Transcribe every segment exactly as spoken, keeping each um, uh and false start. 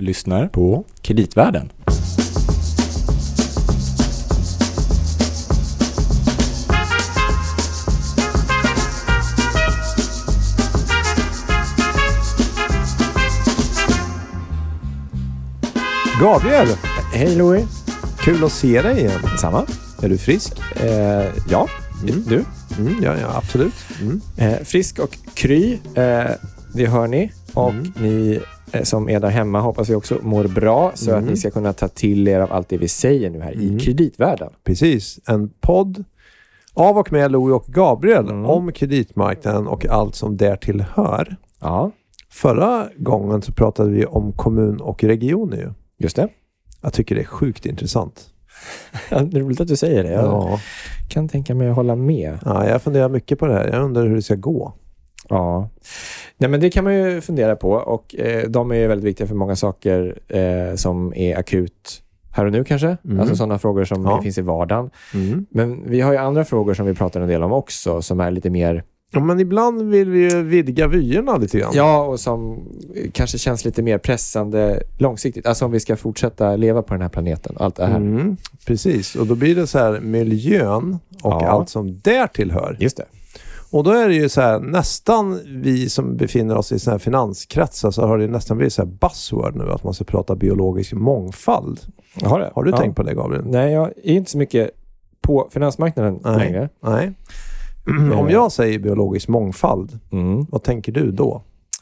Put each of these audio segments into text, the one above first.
lyssnar på Kreditvärlden. Gabriel! Hej Louis! Kul att se dig igen. Samma. Är du frisk? Eh, ja, Mm. du? Mm, ja, ja, absolut. Mm. Eh, frisk och kry, eh, det hör ni. Och Mm. ni eh, som är där hemma hoppas vi också mår bra. Så Mm. att ni ska kunna ta till er av allt det vi säger nu här Mm. i Kreditvärlden. Precis. En podd av och med Louis och Gabriel Mm. om kreditmarknaden och allt som därtill hör. Ja, Förra gången så pratade vi om kommun och regioner ju. just det. Jag tycker det är sjukt intressant. Ja, det är roligt att du säger det. Jag Ja. kan tänka mig att hålla med. Ja, jag funderar mycket på det här. Jag undrar hur det ska gå. Ja, nej men det kan man ju fundera på och eh, de är ju väldigt viktiga för många saker eh, som är akut här och nu kanske. Mm. Alltså sådana frågor som Ja. finns i vardagen. Mm. Men vi har ju andra frågor som vi pratar en del om också som är lite mer, Ja, men ibland vill vi ju vidga vyerna lite grann. ja, och som kanske känns lite mer pressande långsiktigt. Alltså om vi ska fortsätta leva på den här planeten. Allt det här. Mm, precis, och då blir det så här miljön och Ja. allt som där tillhör. Just det. Och då är det ju så här, nästan vi som befinner oss i såna här finanskretsar så har det nästan blivit så här buzzword nu att man ska prata biologisk mångfald. Har, det? Har du Ja. tänkt på det, Gabriel? Nej, jag är inte så mycket på finansmarknaden Nej. längre. Nej. Om jag säger biologisk mångfald, Mm. vad tänker du då?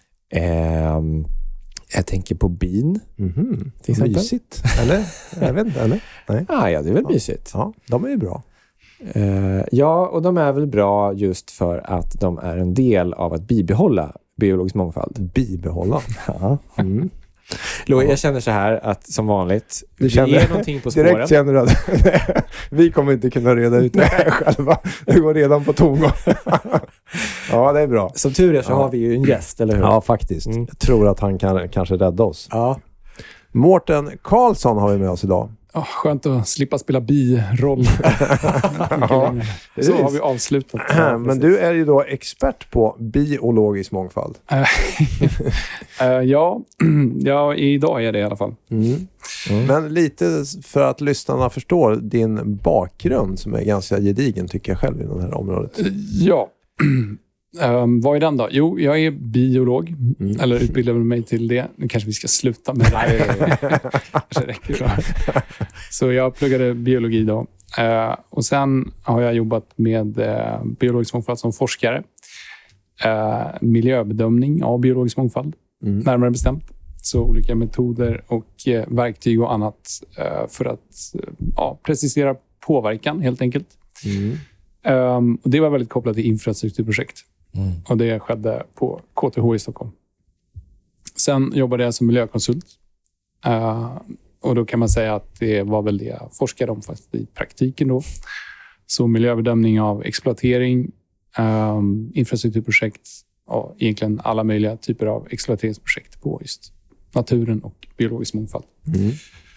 Ehm, jag tänker på bin. Mhm. Till exempel. Mysigt, eller? Jag vet inte, eller? Nej. Ah, ja, det är väl Ja. mysigt. Ja, de är ju bra. Eh, ja, och de är väl bra just för att de är en del av att bibehålla biologisk mångfald. Bibehålla. Ja. Mm. Louis, jag känner så här att som vanligt, Du vi känner- är någonting på spåren. Direkt känner du att vi kommer inte kunna reda ut det här själva. Det går redan på tomgång. Ja, det är bra. Som tur är så Ja. har vi ju en gäst, eller hur? Ja, faktiskt. Mm. Jag tror att han kan kanske rädda oss. Ja. Mårten Karlsson har vi med oss idag. Oh, skönt att slippa spela biroll. Ja, Så har vi avslutat. Men du är ju då expert på biologisk mångfald. Eh, ja, ja, idag är det i alla fall. Mm. Men lite för att lyssnarna förstår din bakgrund som är ganska gedigen tycker jag själv i det här området. Eh, Ja. Um, vad är den då? Jo, jag är biolog. Mm. Eller utbildade mig till det. Nu kanske vi ska sluta med det. Kanske räcker så. Så jag pluggade biologi då. Uh, och sen har jag jobbat med uh, biologisk mångfald som forskare. Uh, miljöbedömning av biologisk mångfald. Mm. Närmare bestämt. Så olika metoder och eh, verktyg och annat eh, för att eh, ja, precisera påverkan helt enkelt. Mm. Um, och det var väldigt kopplat till infrastrukturprojekt. Mm. Och det skedde på K T H i Stockholm. Sen jobbade jag som miljökonsult. Uh, och då kan man säga att det var väl det jag forskade om fast i praktiken då. Så miljöbedömning av exploatering, um, infrastrukturprojekt och egentligen alla möjliga typer av exploateringsprojekt på just naturen och biologisk mångfald. Mm.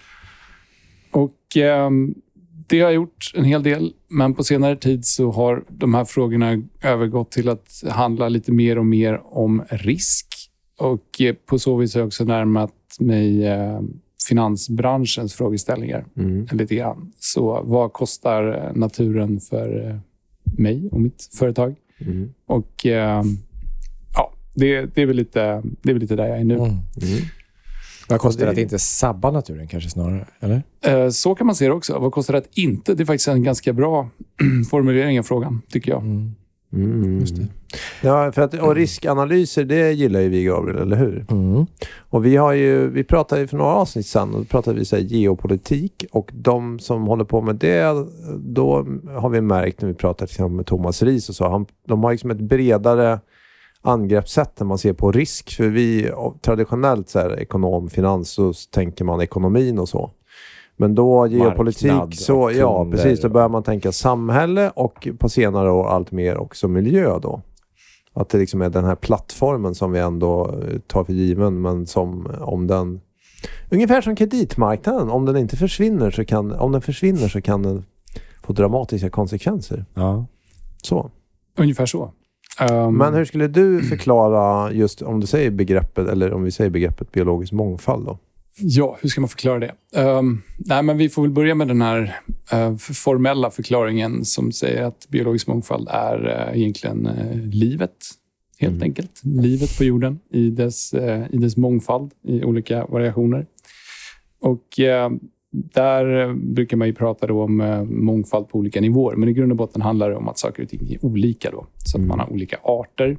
Och um, det har jag gjort en hel del, men på senare tid så har de här frågorna övergått till att handla lite mer och mer om risk. Och eh, på så vis har jag också närmat mig eh, finansbranschens frågeställningar Mm. lite grann. Så vad kostar naturen för eh, mig och mitt företag? Mm. Och eh, ja, det, det, är väl lite, det är väl lite där jag är nu. Mm. Mm. Vad kostar det det- att inte sabba naturen kanske snarare, eller? Eh, så kan man se det också. Vad kostar det att inte? Det är faktiskt en ganska bra formulering av frågan, tycker jag. Mm. Mm. Just det. Ja, för att, och riskanalyser, det gillar ju vi, Gabriel, eller hur? Mm. Och vi har ju, vi pratade ju för några avsnitt sedan och då pratade vi så här geopolitik och de som håller på med det, då har vi märkt när vi pratade till exempel med Thomas Ries och så, han, de har liksom ett bredare angreppssätt när man ser på risk, för vi traditionellt så här ekonom, finans, så tänker man ekonomin och så. Men då geopolitik, Marknad så och ja, kunder. precis, då börjar man tänka samhälle och på senare år allt mer också miljö då. Att det liksom är den här plattformen som vi ändå tar för given, men som om den ungefär som kreditmarknaden, om den inte försvinner så kan om den försvinner så kan den få dramatiska konsekvenser. Ja. Så. Ungefär så. Um, Men hur skulle du förklara just om du säger begreppet eller om vi säger begreppet biologisk mångfald då? Ja, hur ska man förklara det? Um, nej, men vi får väl börja med den här uh, formella förklaringen som säger att biologisk mångfald är uh, egentligen uh, livet, helt mm. enkelt. Livet på jorden i dess, uh, i dess mångfald, i olika variationer. Och uh, där brukar man ju prata då om uh, mångfald på olika nivåer. Men i grund och botten handlar det om att saker och ting är olika då. Så mm. att man har olika arter.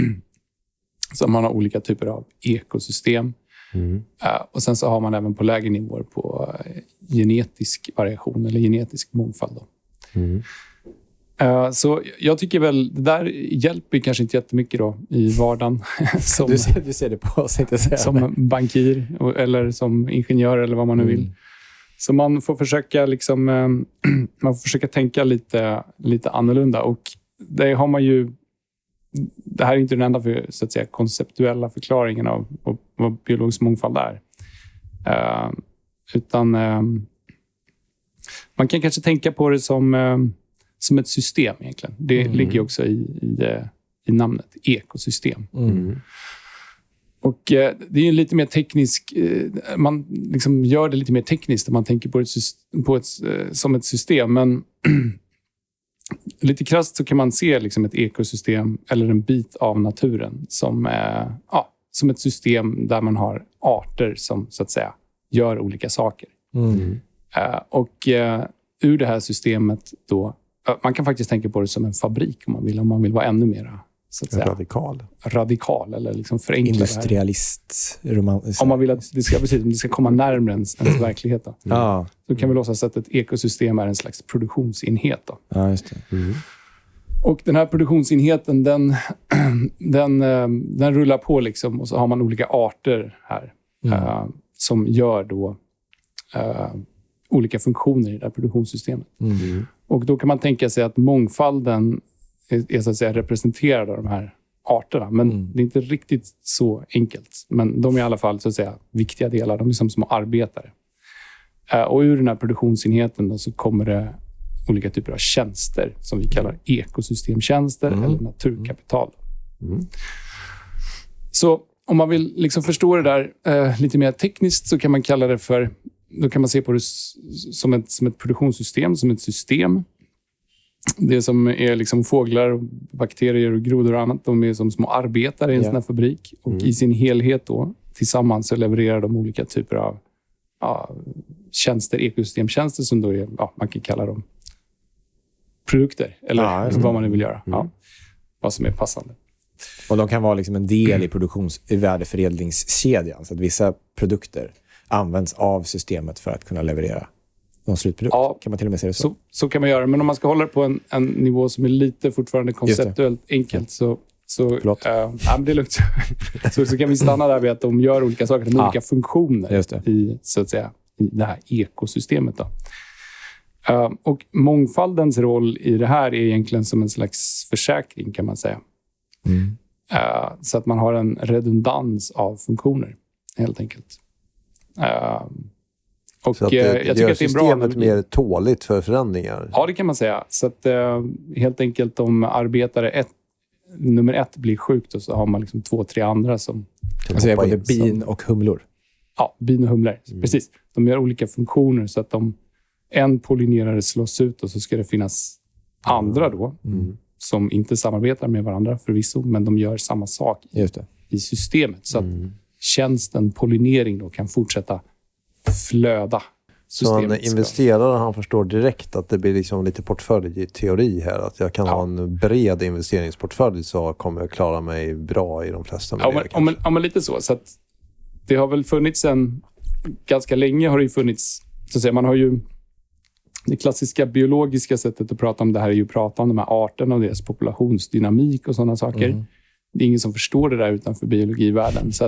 Så man har olika typer av ekosystem. Mm. Uh, och sen så har man även på lägre nivåer på uh, genetisk variation eller genetisk mångfald. Då. Mm. Uh, så jag tycker väl, det där hjälper kanske inte jättemycket då i vardagen. som, du, ser, du ser det på oss, inte säga. Som bankir eller som ingenjör eller vad man nu vill. Mm. Så man får försöka liksom, uh, man får försöka tänka lite, lite annorlunda. Och det har man ju. Det här är inte den enda för, så att säga, konceptuella förklaringen av vad, vad biologisk mångfald är. Uh, utan uh, man kan kanske tänka på det som, uh, som ett system egentligen. Det mm. ligger också i, i, uh, i namnet, ekosystem. Mm. Och uh, det är ju lite mer teknisk, uh, man liksom gör det lite mer tekniskt om man tänker på, ett, på ett, uh, som ett system. Men lite krasst så kan man se liksom ett ekosystem eller en bit av naturen som, eh, ja, som ett system där man har arter som så att säga gör olika saker. Mm. Eh, och eh, ur det här systemet då, man kan faktiskt tänka på det som en fabrik om man vill, om man vill vara ännu mer så att säga, radikal. radikal eller liksom förenkla industrialist. Roman- om man vill att det ska, precis, det ska komma närmare ens, ens verklighet. Då. Mm. Ja. Så kan vi låtsas att ett ekosystem är en slags produktionsenhet. Då. Ja, just det. Mm. Och den här produktionsenheten, den, den, den rullar på liksom, och så har man olika arter här mm. uh, som gör då uh, olika funktioner i det här produktionssystemet. Mm. Och då kan man tänka sig att mångfalden är, är så att säga representerad av de här arterna. Men mm. det är inte riktigt så enkelt. Men de är i alla fall så att säga viktiga delar. De är som små arbetare. Uh, och ur den här produktionsenheten då, så kommer det olika typer av tjänster som vi kallar ekosystemtjänster mm. eller naturkapital. Mm. Så om man vill liksom förstå det där uh, lite mer tekniskt så kan man kalla det för, då kan man se på det som ett, som ett produktionssystem, som ett system. Det som är liksom fåglar, bakterier och grodor och annat, de är som små arbetare i en yeah. sån här fabrik. Och mm. i sin helhet då, tillsammans så levererar de olika typer av ja, tjänster, ekosystemtjänster som då är, ja, man kan kalla dem produkter. Eller ja, vad man nu vill göra. Mm. Ja, vad som är passande. Och de kan vara liksom en del i produktions- i värdeförädlingskedjan. Så att vissa produkter används av systemet för att kunna leverera någon slutprodukt. Ja, kan man till och med säga det så? så? Så kan man göra. Men om man ska hålla det på en, en nivå som är lite fortfarande konceptuellt enkelt så... så Förlåt. Äh, ja, men det är lugnt. så, så kan vi stanna där vid att de gör olika saker. De har ah, olika funktioner i, så att säga, i det här ekosystemet. Då. Uh, och mångfaldens roll i det här är egentligen som en slags försäkring kan man säga. Mm. Uh, så att man har en redundans av funktioner helt enkelt. Uh, och så att det, uh, jag tycker att det är bra systemet mer tåligt för förändringar. Ja, det kan man säga. Så att uh, helt enkelt om arbetare ett, nummer ett blir sjukt och så har man liksom två, tre andra som... Alltså är både bin och humlor? Ja, bin och humlor. Mm. Precis. De gör olika funktioner så att de en pollinerare slås ut och så ska det finnas andra då mm. som inte samarbetar med varandra förvisso, men de gör samma sak Just det. i systemet så att mm. tjänsten pollinering då kan fortsätta flöda. Så en investerare han förstår direkt att det blir liksom lite portföljteori här. Att jag kan ja. ha en bred investeringsportfölj så kommer jag klara mig bra i de flesta ja, men, om, man, om man lite så. Så att det har väl funnits en... Ganska länge har det ju funnits... Så att säga, man har ju... Det klassiska biologiska sättet att prata om det här är ju att prata om de här arterna och deras populationsdynamik och sådana saker. Mm. Det är ingen som förstår det där utanför biologivärlden. Så att...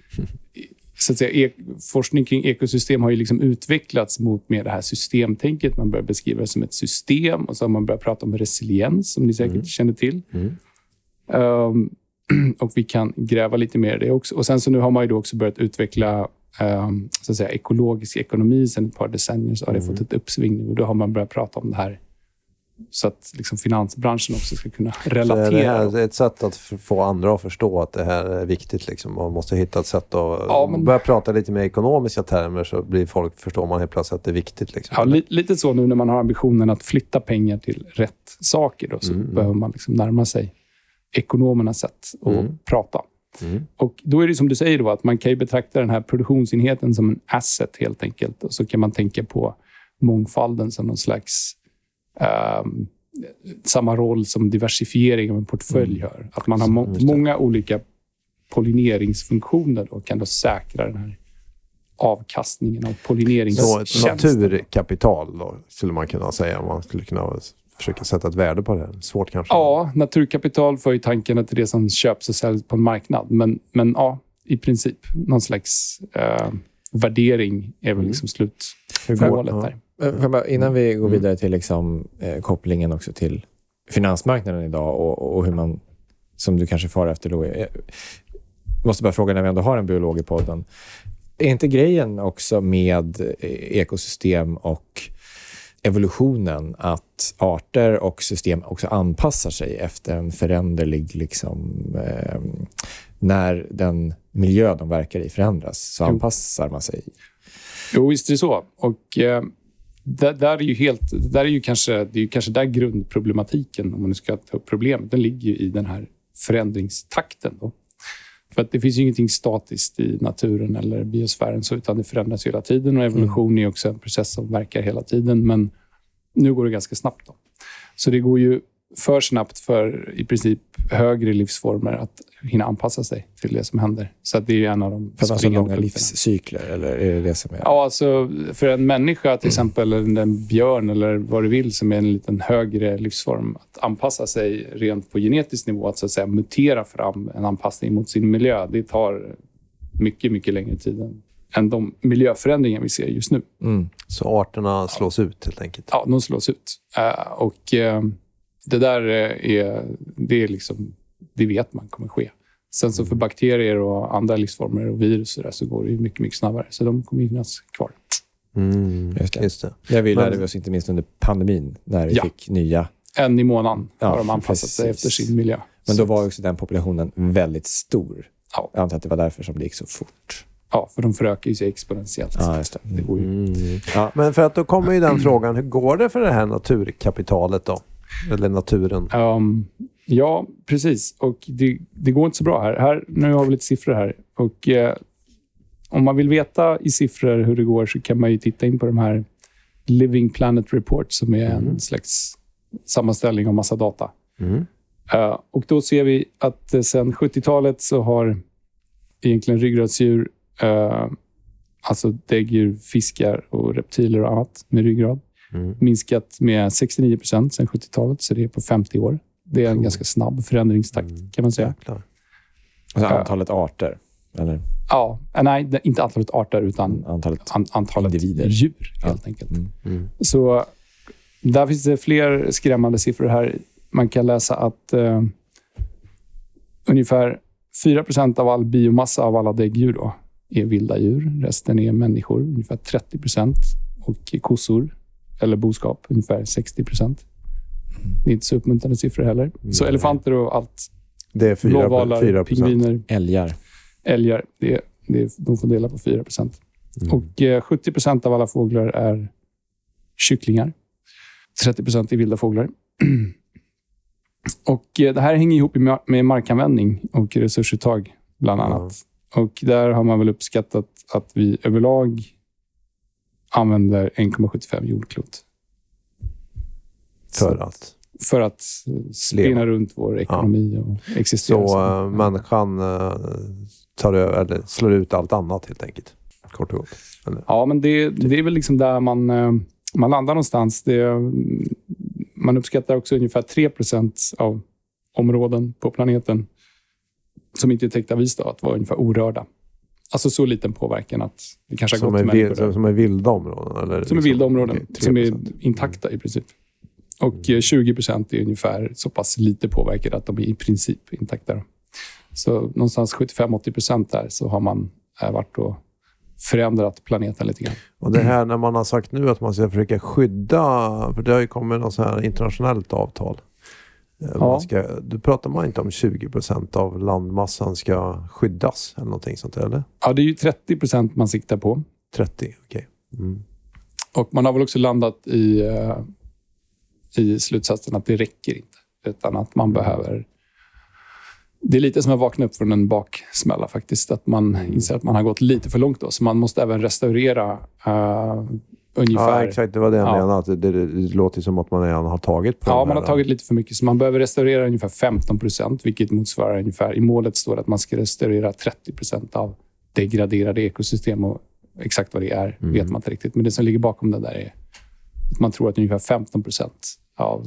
Så att säga, e- forskning kring ekosystem har ju liksom utvecklats mot mer det här systemtänket. Man börjar beskriva det som ett system och så har man börjat prata om resiliens som ni säkert mm. känner till. Mm. Um, och vi kan gräva lite mer i det också. Och sen så nu har man ju då också börjat utveckla um, så att säga, ekologisk ekonomi. Sen ett par decennier så har det mm. fått ett uppsving nu och då har man börjat prata om det här så att liksom finansbranschen också ska kunna Så relatera. det här är ett sätt att f- få andra att förstå att det här är viktigt. Liksom. Man måste hitta ett sätt att Ja, men- börja prata lite mer ekonomiska termer, så blir folk, förstår man helt plötsligt att det är viktigt. Liksom. Ja, li- lite så nu när man har ambitionen att flytta pengar till rätt saker. Då, så Mm. behöver man liksom närma sig ekonomernas sätt att Mm. prata. Mm. Och då är det som du säger då, att man kan ju betrakta den här produktionsenheten som en asset helt enkelt. Och så kan man tänka på mångfalden som någon slags ehm, samma roll som diversifiering av en portfölj har. Att man har må- Just det. många olika pollineringsfunktioner och kan då säkra den här avkastningen av Så ett pollineringstjänsten. naturkapital då, skulle man kunna säga. Man skulle kunna försöka sätta ett värde på det. Svårt kanske. Ja, naturkapital för ju tankarna till det som köps och säljs på en marknad. Men, men ja, i princip någon slags eh, värdering är väl liksom slutmålet ja. där. Men får jag bara, innan vi går vidare till liksom, eh, kopplingen också till finansmarknaden idag och, och hur man, som du kanske far efter då, jag måste bara fråga när vi ändå har en biolog i podden. Är inte grejen också med eh, ekosystem och evolutionen att arter och system också anpassar sig efter en föränderlig liksom, eh, när den miljö de verkar i förändras så Jo. anpassar man sig. Jo, visst är det så. Och eh, där, där är ju helt, där är ju kanske, det är ju kanske där grundproblematiken, om man nu ska ta upp problemet, den ligger ju i den här förändringstakten då. För att det finns ju ingenting statiskt i naturen eller biosfären så, utan det förändras hela tiden och evolution är också en process som verkar hela tiden, men nu går det ganska snabbt då. Så det går ju för snabbt för i princip högre livsformer att hinna anpassa sig till det som händer. Så att det är ju en av de För att man har så springande långa punkterna. livscykler, eller är det det som är... Ja, alltså för en människa till exempel, eller en björn eller vad du vill som är en liten högre livsform, att anpassa sig rent på genetisk nivå, att så att säga mutera fram en anpassning mot sin miljö, det tar mycket, mycket längre tid än, än de miljöförändringar vi ser just nu. Mm. Så arterna slås ut helt enkelt. Ja, de slås ut. Uh, och uh, det där är, det är liksom, det vet man kommer ske. Sen så för bakterier och andra livsformer och virus och där, så går det ju mycket, mycket snabbare. Så de kommer ju finnas kvar. Mm, Just det. just det. Det vi lärde Men- vi oss inte minst under pandemin när vi Ja. fick nya. En i månaden Ja, har de anpassat sig precis. efter sin miljö. Men Så- då var också den populationen väldigt stor. Ja. Jag antar att det var därför som det gick så fort. Ja, för de förökar ju sig exponentiellt. Ja, just det. Det går ju. Mm. Ja. Men för att då kommer ju den frågan, hur går det för det här naturkapitalet då? Eller naturen? Um, ja, precis. Och det, det går inte så bra här. här. Nu har vi lite siffror här. Och eh, om man vill veta i siffror hur det går så kan man ju titta in på de här Living Planet Report som är en slags sammanställning av massa data. Mm. Uh, och då ser vi att uh, sedan sjuttiotalet så har egentligen ryggradsdjur, uh, alltså däggdjur, fiskar och reptiler och annat med ryggrad, Mm. minskat med sextionio procent sedan sjuttiotalet, så det är på femtio år. Det är en Cool. ganska snabb förändringstakt Mm. kan man säga. Jäklar. Alltså Ja. antalet arter, eller Ja, uh, nej, det- inte antalet arter utan antalet... an- antalet Individer. djur helt Ja. enkelt. Mm. Mm. Så där finns det fler skrämmande siffror här. Man kan läsa att eh, ungefär fyra procent av all biomassa av alla däggdjur då är vilda djur. Resten är människor, ungefär trettio procent. Och kossor, eller boskap, ungefär sextio procent. Det är inte så uppmuntrande siffror heller. Så Nej. elefanter och allt, Det är fyra, blåvalar, fyra procent. pingviner, Älgar. älgar, det, det, de får dela på fyra procent. Mm. Och eh, sjuttio procent av alla fåglar är kycklingar. trettio procent är vilda fåglar. Och eh, det här hänger ihop med, med markanvändning och resursuttag bland Ja. annat. Och där har man väl uppskattat att vi överlag använder en komma sjuttiofem jordklot. För att. För att eh, spinna runt vår ekonomi och existera. Så äh, människan äh, tar över, eller slår ut allt annat helt enkelt. Kort och gott. Eller? Ja, men det, det är väl liksom där man, eh, man landar någonstans. Det, man uppskattar också ungefär tre procent av områden på planeten som inte är täckta av is då, att vara ungefär orörda. Alltså så liten påverkan att det kanske har Som gått är, till vild, människor. som, där. som är vilda områden? Eller Som är liksom- vilda områden, okej, tre som är procent. intakta i princip. Och eh, tjugo procent är ungefär så pass lite påverkade att de är i princip intakta. Då. Så någonstans sjuttiofem till åttio procent där så har man äh, varit och förändrat planeten lite grann. Och det här när man har sagt nu att man ska försöka skydda, för det har ju kommit något så här internationellt avtal. Ja. Man ska, då pratar man inte om tjugo procent av landmassan ska skyddas eller någonting sånt, eller? Ja, det är ju trettio procent man siktar på. trettio, okej. Okay. Mm. Och man har väl också landat i, uh, i slutsatsen att det räcker inte. Utan att man behöver... Det är lite som att vakna upp från en baksmälla faktiskt. Att man inser att man har gått lite för långt då. Så man måste även restaurera uh, ungefär... Ja, exakt. Det var det jag ja. menade. Att det, det, det låter som att man redan har tagit på Ja, man har tagit lite för mycket. Så man behöver restaurera ungefär femton procent. Vilket motsvarar ungefär... I målet står att man ska restaurera trettio procent av degraderade ekosystem. Och exakt vad det är mm. vet man inte riktigt. Men det som ligger bakom det där är att man tror att ungefär femton procent av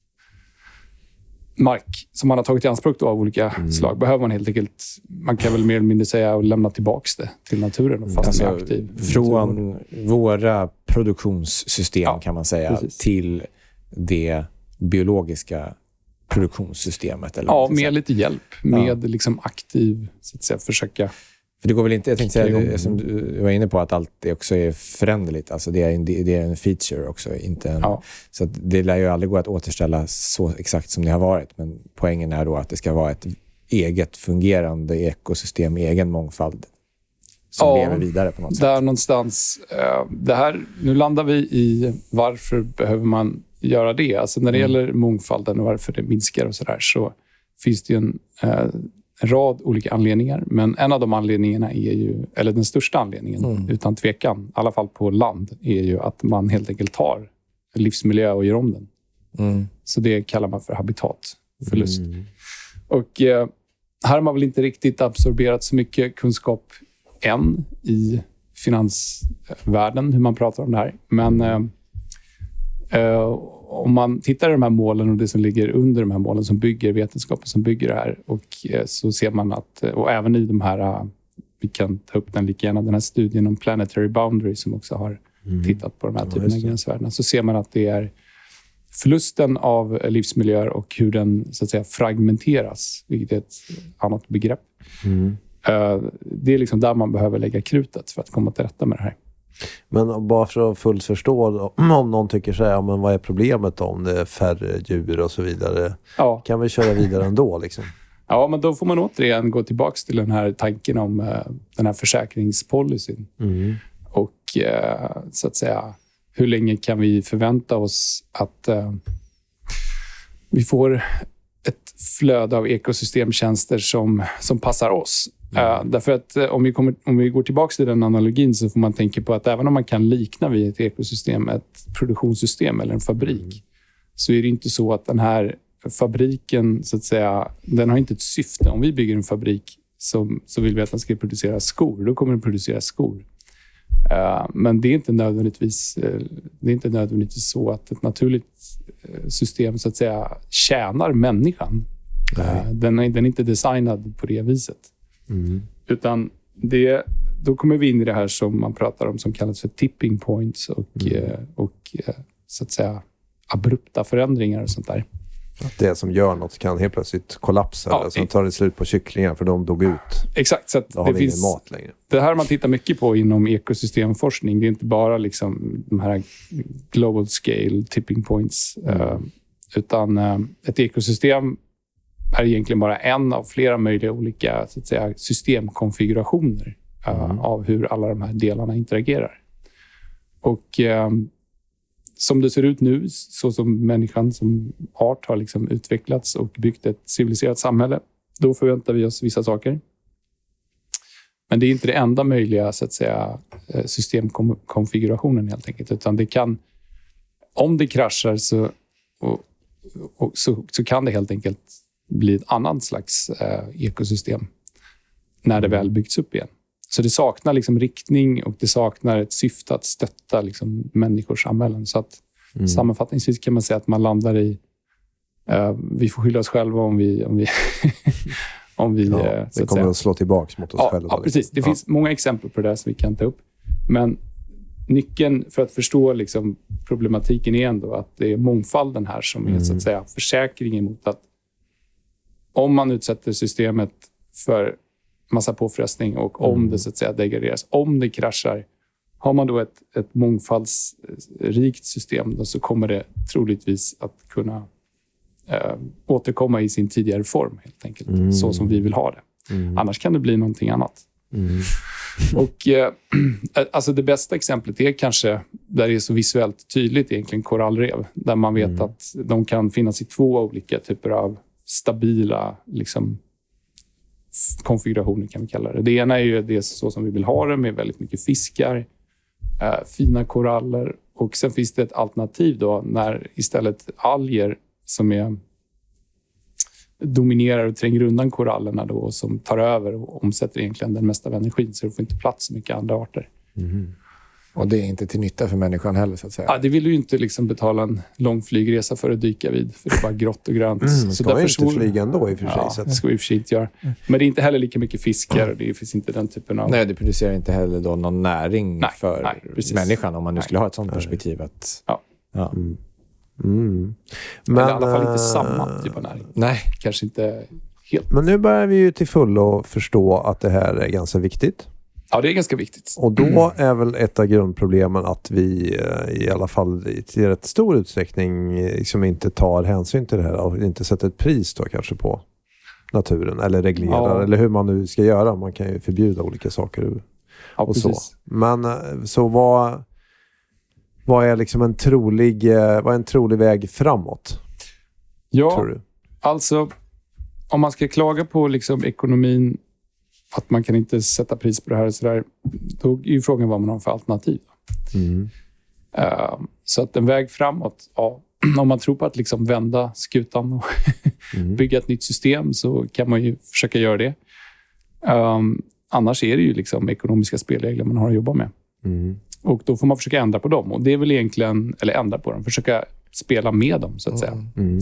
mark som man har tagit i anspråk då av olika mm. slag behöver man helt enkelt, man kan väl mer eller mindre säga, och lämna tillbaka det till naturen och fast alltså, med aktiv. Från våra produktionssystem ja, kan man säga precis. Till det biologiska produktionssystemet. Eller ja, med lite hjälp. Med ja. liksom aktiv, så att säga, försöka... För det går väl inte, jag tänkte säga, som du var inne på, att allt det också är föränderligt. Alltså det är en, det är en feature också, inte en... Ja. Så att det lär ju aldrig gå att återställa så exakt som det har varit. Men poängen är då att det ska vara ett eget fungerande ekosystem, egen mångfald som ja, lever vidare på något sätt. Där någonstans. Det här, nu landar vi i varför behöver man göra det. Alltså när det mm. gäller mångfalden och varför det minskar och sådär, så finns det ju en... en rad olika anledningar, men en av de anledningarna är ju, eller den största anledningen mm. utan tvekan, i alla fall på land, är ju att man helt enkelt tar livsmiljö och gör om den. Mm. Så det kallar man för habitatförlust. Mm. Och eh, här har man väl inte riktigt absorberat så mycket kunskap än i finansvärlden, hur man pratar om det här. Men eh, eh, om man tittar i de här målen och det som ligger under de här målen som bygger vetenskapen som bygger det här, och eh, så ser man att, och även i de här, uh, vi kan ta upp den lika gärna, den här studien om planetary boundary som också har mm. tittat på de här ja, typerna av gränsvärdena, så ser man att det är förlusten av livsmiljöer och hur den, så att säga, fragmenteras, vilket är ett annat begrepp. Mm. Uh, det är liksom där man behöver lägga krutet för att komma till rätta med det här. Men bara för att fullt förstå, om någon tycker så här, ja, men vad är problemet då, om det är färre djur och så vidare? Ja. Kan vi köra vidare ändå liksom? Ja, men då får man återigen gå tillbaka till den här tanken om uh, den här försäkringspolicyn. Mm. Och uh, så att säga, hur länge kan vi förvänta oss att uh, vi får ett flöde av ekosystemtjänster som, som passar oss? Mm. Uh, därför att uh, om, vi kommer, om vi går tillbaka till den analogin, så får man tänka på att även om man kan likna vid ett ekosystem, ett produktionssystem eller en fabrik, mm. så är det inte så att den här fabriken, så att säga, den har inte ett syfte. Om vi bygger en fabrik som, så vill vi att den ska producera skor, då kommer den producera skor. Uh, men det är inte nödvändigtvis, uh, det är inte nödvändigtvis så att ett naturligt uh, system, så att säga, tjänar människan. Uh, den, är, den är inte designad på det viset. Mm. Utan det, då kommer vi in i det här som man pratar om, som kallas för tipping points och, mm. uh, och uh, så att säga abrupta förändringar och sånt där. Att det som gör något kan helt plötsligt kollapsa, ja, eller så tar det slut på kycklingar för de dog ut. Exakt, så att då det har vi finns ingen mat längre. Det här man tittar mycket på inom ekosystemforskning. Det är inte bara liksom de här global scale tipping points, mm. uh, utan uh, ett ekosystem är egentligen bara en av flera möjliga olika, så att säga, systemkonfigurationer uh, mm. av hur alla de här delarna interagerar. Och uh, som det ser ut nu, så som människan som art har liksom utvecklats och byggt ett civiliserat samhälle, då förväntar vi oss vissa saker. Men det är inte det enda möjliga, så att säga, systemkonfigurationen helt enkelt, utan det kan, om det kraschar så, och, och, så, så kan det helt enkelt bli ett annat slags eh, ekosystem när det väl byggts upp igen. Så det saknar liksom riktning och det saknar ett syfte att stötta liksom människors samhällen. Så att mm. sammanfattningsvis kan man säga att man landar i uh, vi får skylla oss själva om vi om vi om vi ja, uh, så det att kommer säga. att slå tillbaka mot oss ja, själva. Ja, precis. Det ja. finns många exempel på det där som vi kan ta upp. Men nyckeln för att förstå liksom problematiken är ändå att det är mångfalden här som mm. är, så att säga, försäkringen mot att om man utsätter systemet för massa påfrestning och om Mm. det så att säga degraderas, om det kraschar, har man då ett, ett mångfaldsrikt system då, så kommer det troligtvis att kunna eh, återkomma i sin tidigare form helt enkelt, Mm. så som vi vill ha det. Mm. Annars kan det bli någonting annat. Mm. Och eh, alltså det bästa exemplet är kanske, där det är så visuellt tydligt egentligen, korallrev. Där man vet Mm. att de kan finnas i två olika typer av stabila liksom, f- konfigurationer kan vi kalla det. Det ena är ju det så som vi vill ha det, med väldigt mycket fiskar, eh, fina koraller. Och sen finns det ett alternativ då när istället alger som är dominerar och tränger undan korallerna då, som tar över och omsätter egentligen den mesta av energin, så det får inte plats så mycket andra arter. Mm. Och det är inte till nytta för människan heller, så att säga. Ja, det vill du ju inte liksom betala en lång flygresa för att dyka vid, för det är bara grått och grönt. Mm, så ska man ju inte får- flyga ändå i och för sig. Ja, Så det att, ska vi i och för sig inte göra. Men det är inte heller lika mycket fiskar och det finns inte den typen av... Nej, det producerar inte heller då någon näring Nej, för nej, precis. människan, om man nu Nej. skulle ha ett sånt perspektiv. Att, Ja. Ja. mm. Mm. Men, Men, i alla fall inte eh, samma typ av näring. Nej, Kanske inte helt... Men nu börjar vi ju till fullo förstå att det här är ganska viktigt. Ja, det är ganska viktigt. Och då är väl ett av grundproblemen att vi eh, i alla fall i rätt stor utsträckning eh, liksom inte tar hänsyn till det här och inte sätter ett pris då kanske på naturen eller reglerar Ja. eller hur man nu ska göra. Man kan ju förbjuda olika saker Ja, och så. precis. Men eh, så vad, vad är liksom en trolig, eh, vad är en trolig väg framåt, tror Ja, du? alltså om man ska klaga på liksom ekonomin, att man kan inte sätta pris på det här och så där, då är ju frågan vad man har för alternativ. Mm. Uh, så att en väg framåt, ja, om man tror på att liksom vända skutan och Mm. bygga ett nytt system, så kan man ju försöka göra det. Um, annars är det ju liksom ekonomiska spelregler man har att jobba med. Mm. Och då får man försöka ändra på dem. Och det är väl egentligen, eller ändra på dem, försöka spela med dem så att säga. Mm.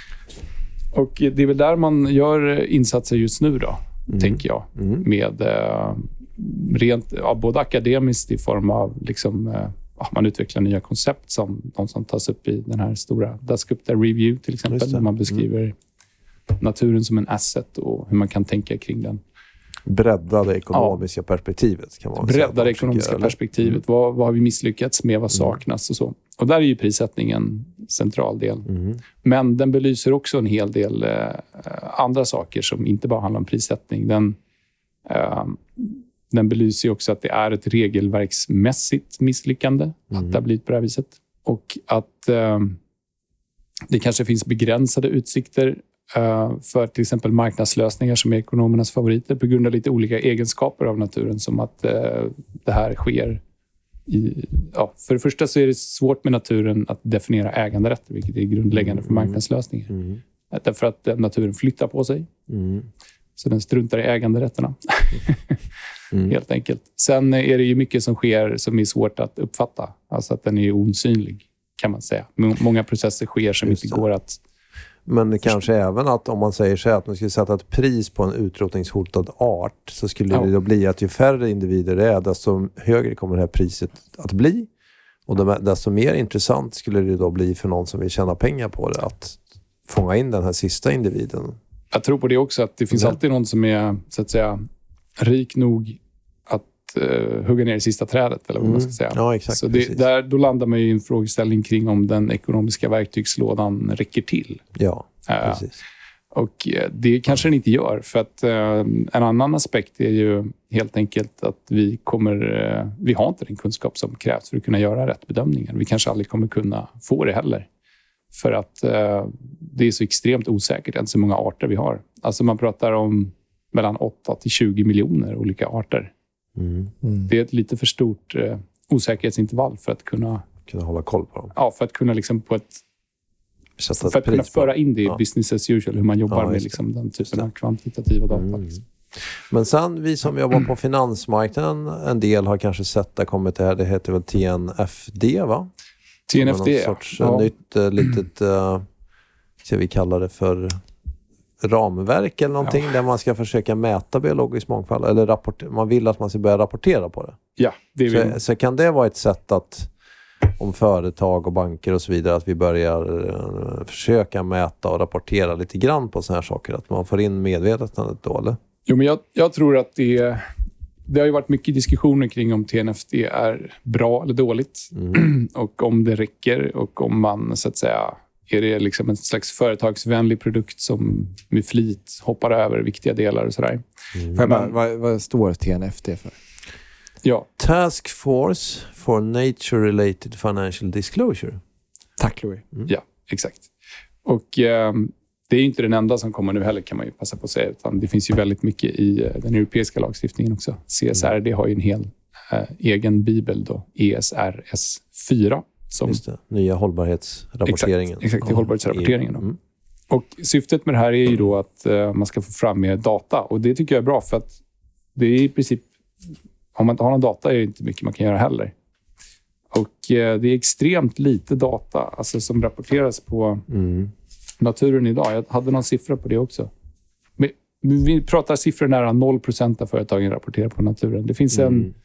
Och det är väl där man gör insatser just nu då, Mm. tänker jag. Mm. Med eh, rent, ja, både akademiskt i form av liksom, eh, ja, man utvecklar nya koncept som de som tas upp i den här stora Dasgupta Review till Just exempel. det. Där man beskriver naturen som en asset och hur man kan tänka kring den. Bredda det ekonomiska perspektivet kan man väl säga att Bredda man det försöker ekonomiska göra, eller? perspektivet. Vad, vad har vi misslyckats med? Vad saknas och så. Och där är ju prissättningen en central del. Mm. Men den belyser också en hel del eh, andra saker som inte bara handlar om prissättning. Den, eh, den belyser ju också att det är ett regelverksmässigt misslyckande Mm. att det har blivit på det här viset. Och att eh, det kanske finns begränsade utsikter eh, för till exempel marknadslösningar som är ekonomernas favoriter på grund av lite olika egenskaper av naturen, som att eh, det här sker i, ja, för det första så är det svårt med naturen att definiera äganderätter, vilket är grundläggande för Mm. marknadslösningar. Mm. Därför att eh, naturen flyttar på sig, Mm. så den struntar i äganderätterna, Mm. helt enkelt. Sen är det ju mycket som sker som är svårt att uppfatta. Alltså att den är osynlig, kan man säga. M- Många processer sker som Just inte det. går att... Men det kanske även att om man säger så här att man skulle sätta ett pris på en utrotningshotad art, så skulle Ja. det då bli att ju färre individer det är, desto högre kommer det här priset att bli. Och de- desto mer intressant skulle det då bli för någon som vill tjäna pengar på det att fånga in den här sista individen. Jag tror på det också, att det finns Mm. alltid någon som är, så att säga, rik nog att uh, hugga ner det sista trädet, eller vad man ska säga. Ja, exakt. Så precis. det, där, då landar man ju i en frågeställning kring om den ekonomiska verktygslådan räcker till. Ja, Uh, precis. och eh, det kanske den inte gör. För att uh, en annan aspekt är ju helt enkelt att vi kommer... Uh, vi har inte den kunskap som krävs för att kunna göra rätt bedömningar. Vi kanske aldrig kommer kunna få det heller. För att uh, det är så extremt osäkert än så många arter vi har. Alltså man pratar om mellan åtta till tjugo miljoner olika arter. Mm. Mm. Det är ett lite för stort uh, osäkerhetsintervall för att kunna, Kunna hålla koll på dem. ja, för att kunna liksom på ett Sätta ett för att kunna pris på föra dem. in det i Ja. business as usual, hur man jobbar Ja, med just det. liksom den Just typen det. av kvantitativa data. Mm. Liksom. Men sen vi som jobbar på finansmarknaden, en del har kanske sett det kommit det här, det heter väl T N F D, va? T N F D, Någon sorts ja. eh, nytt uh, litet, uh, ska vi kalla det för ramverk eller någonting, Ja. där man ska försöka mäta biologisk mångfald, eller rapport- man vill att man ska börja rapportera på det. Ja, det är vi. Så, så kan det vara ett sätt att, om företag och banker och så vidare, att vi börjar uh, försöka mäta och rapportera lite grann på såna här saker, att man får in medvetandet då, eller? Jo, men jag, jag tror att det, det har ju varit mycket diskussioner kring om T N F D är bra eller dåligt. Mm. Och om det räcker och om man så att säga är det liksom en slags företagsvänlig produkt som med flit hoppar över viktiga delar och sådär. Mm. Men, bara, vad, vad står T N F D för? Ja. Task Force for Nature-Related Financial Disclosure. Tack, Louis. Mm. Ja, exakt. Och eh, det är ju inte den enda som kommer nu heller, kan man ju passa på att säga. Utan det finns ju väldigt mycket i eh, den europeiska lagstiftningen också. C S R D har ju en hel eh, egen bibel då, E S R S fyra. Som, Just det, nya hållbarhetsrapporteringen. Exakt, exakt hållbarhetsrapporteringen. Då. Mm. Och syftet med det här är ju då att uh, man ska få fram mer data. Och det tycker jag är bra, för att det är i princip, om man inte har någon data är det inte mycket man kan göra heller. Och uh, det är extremt lite data alltså, som rapporteras på mm. naturen idag. Jag hade någon siffra på det också. Men vi pratar siffror nära noll procent av företagen rapporterar på naturen. Det finns mm. en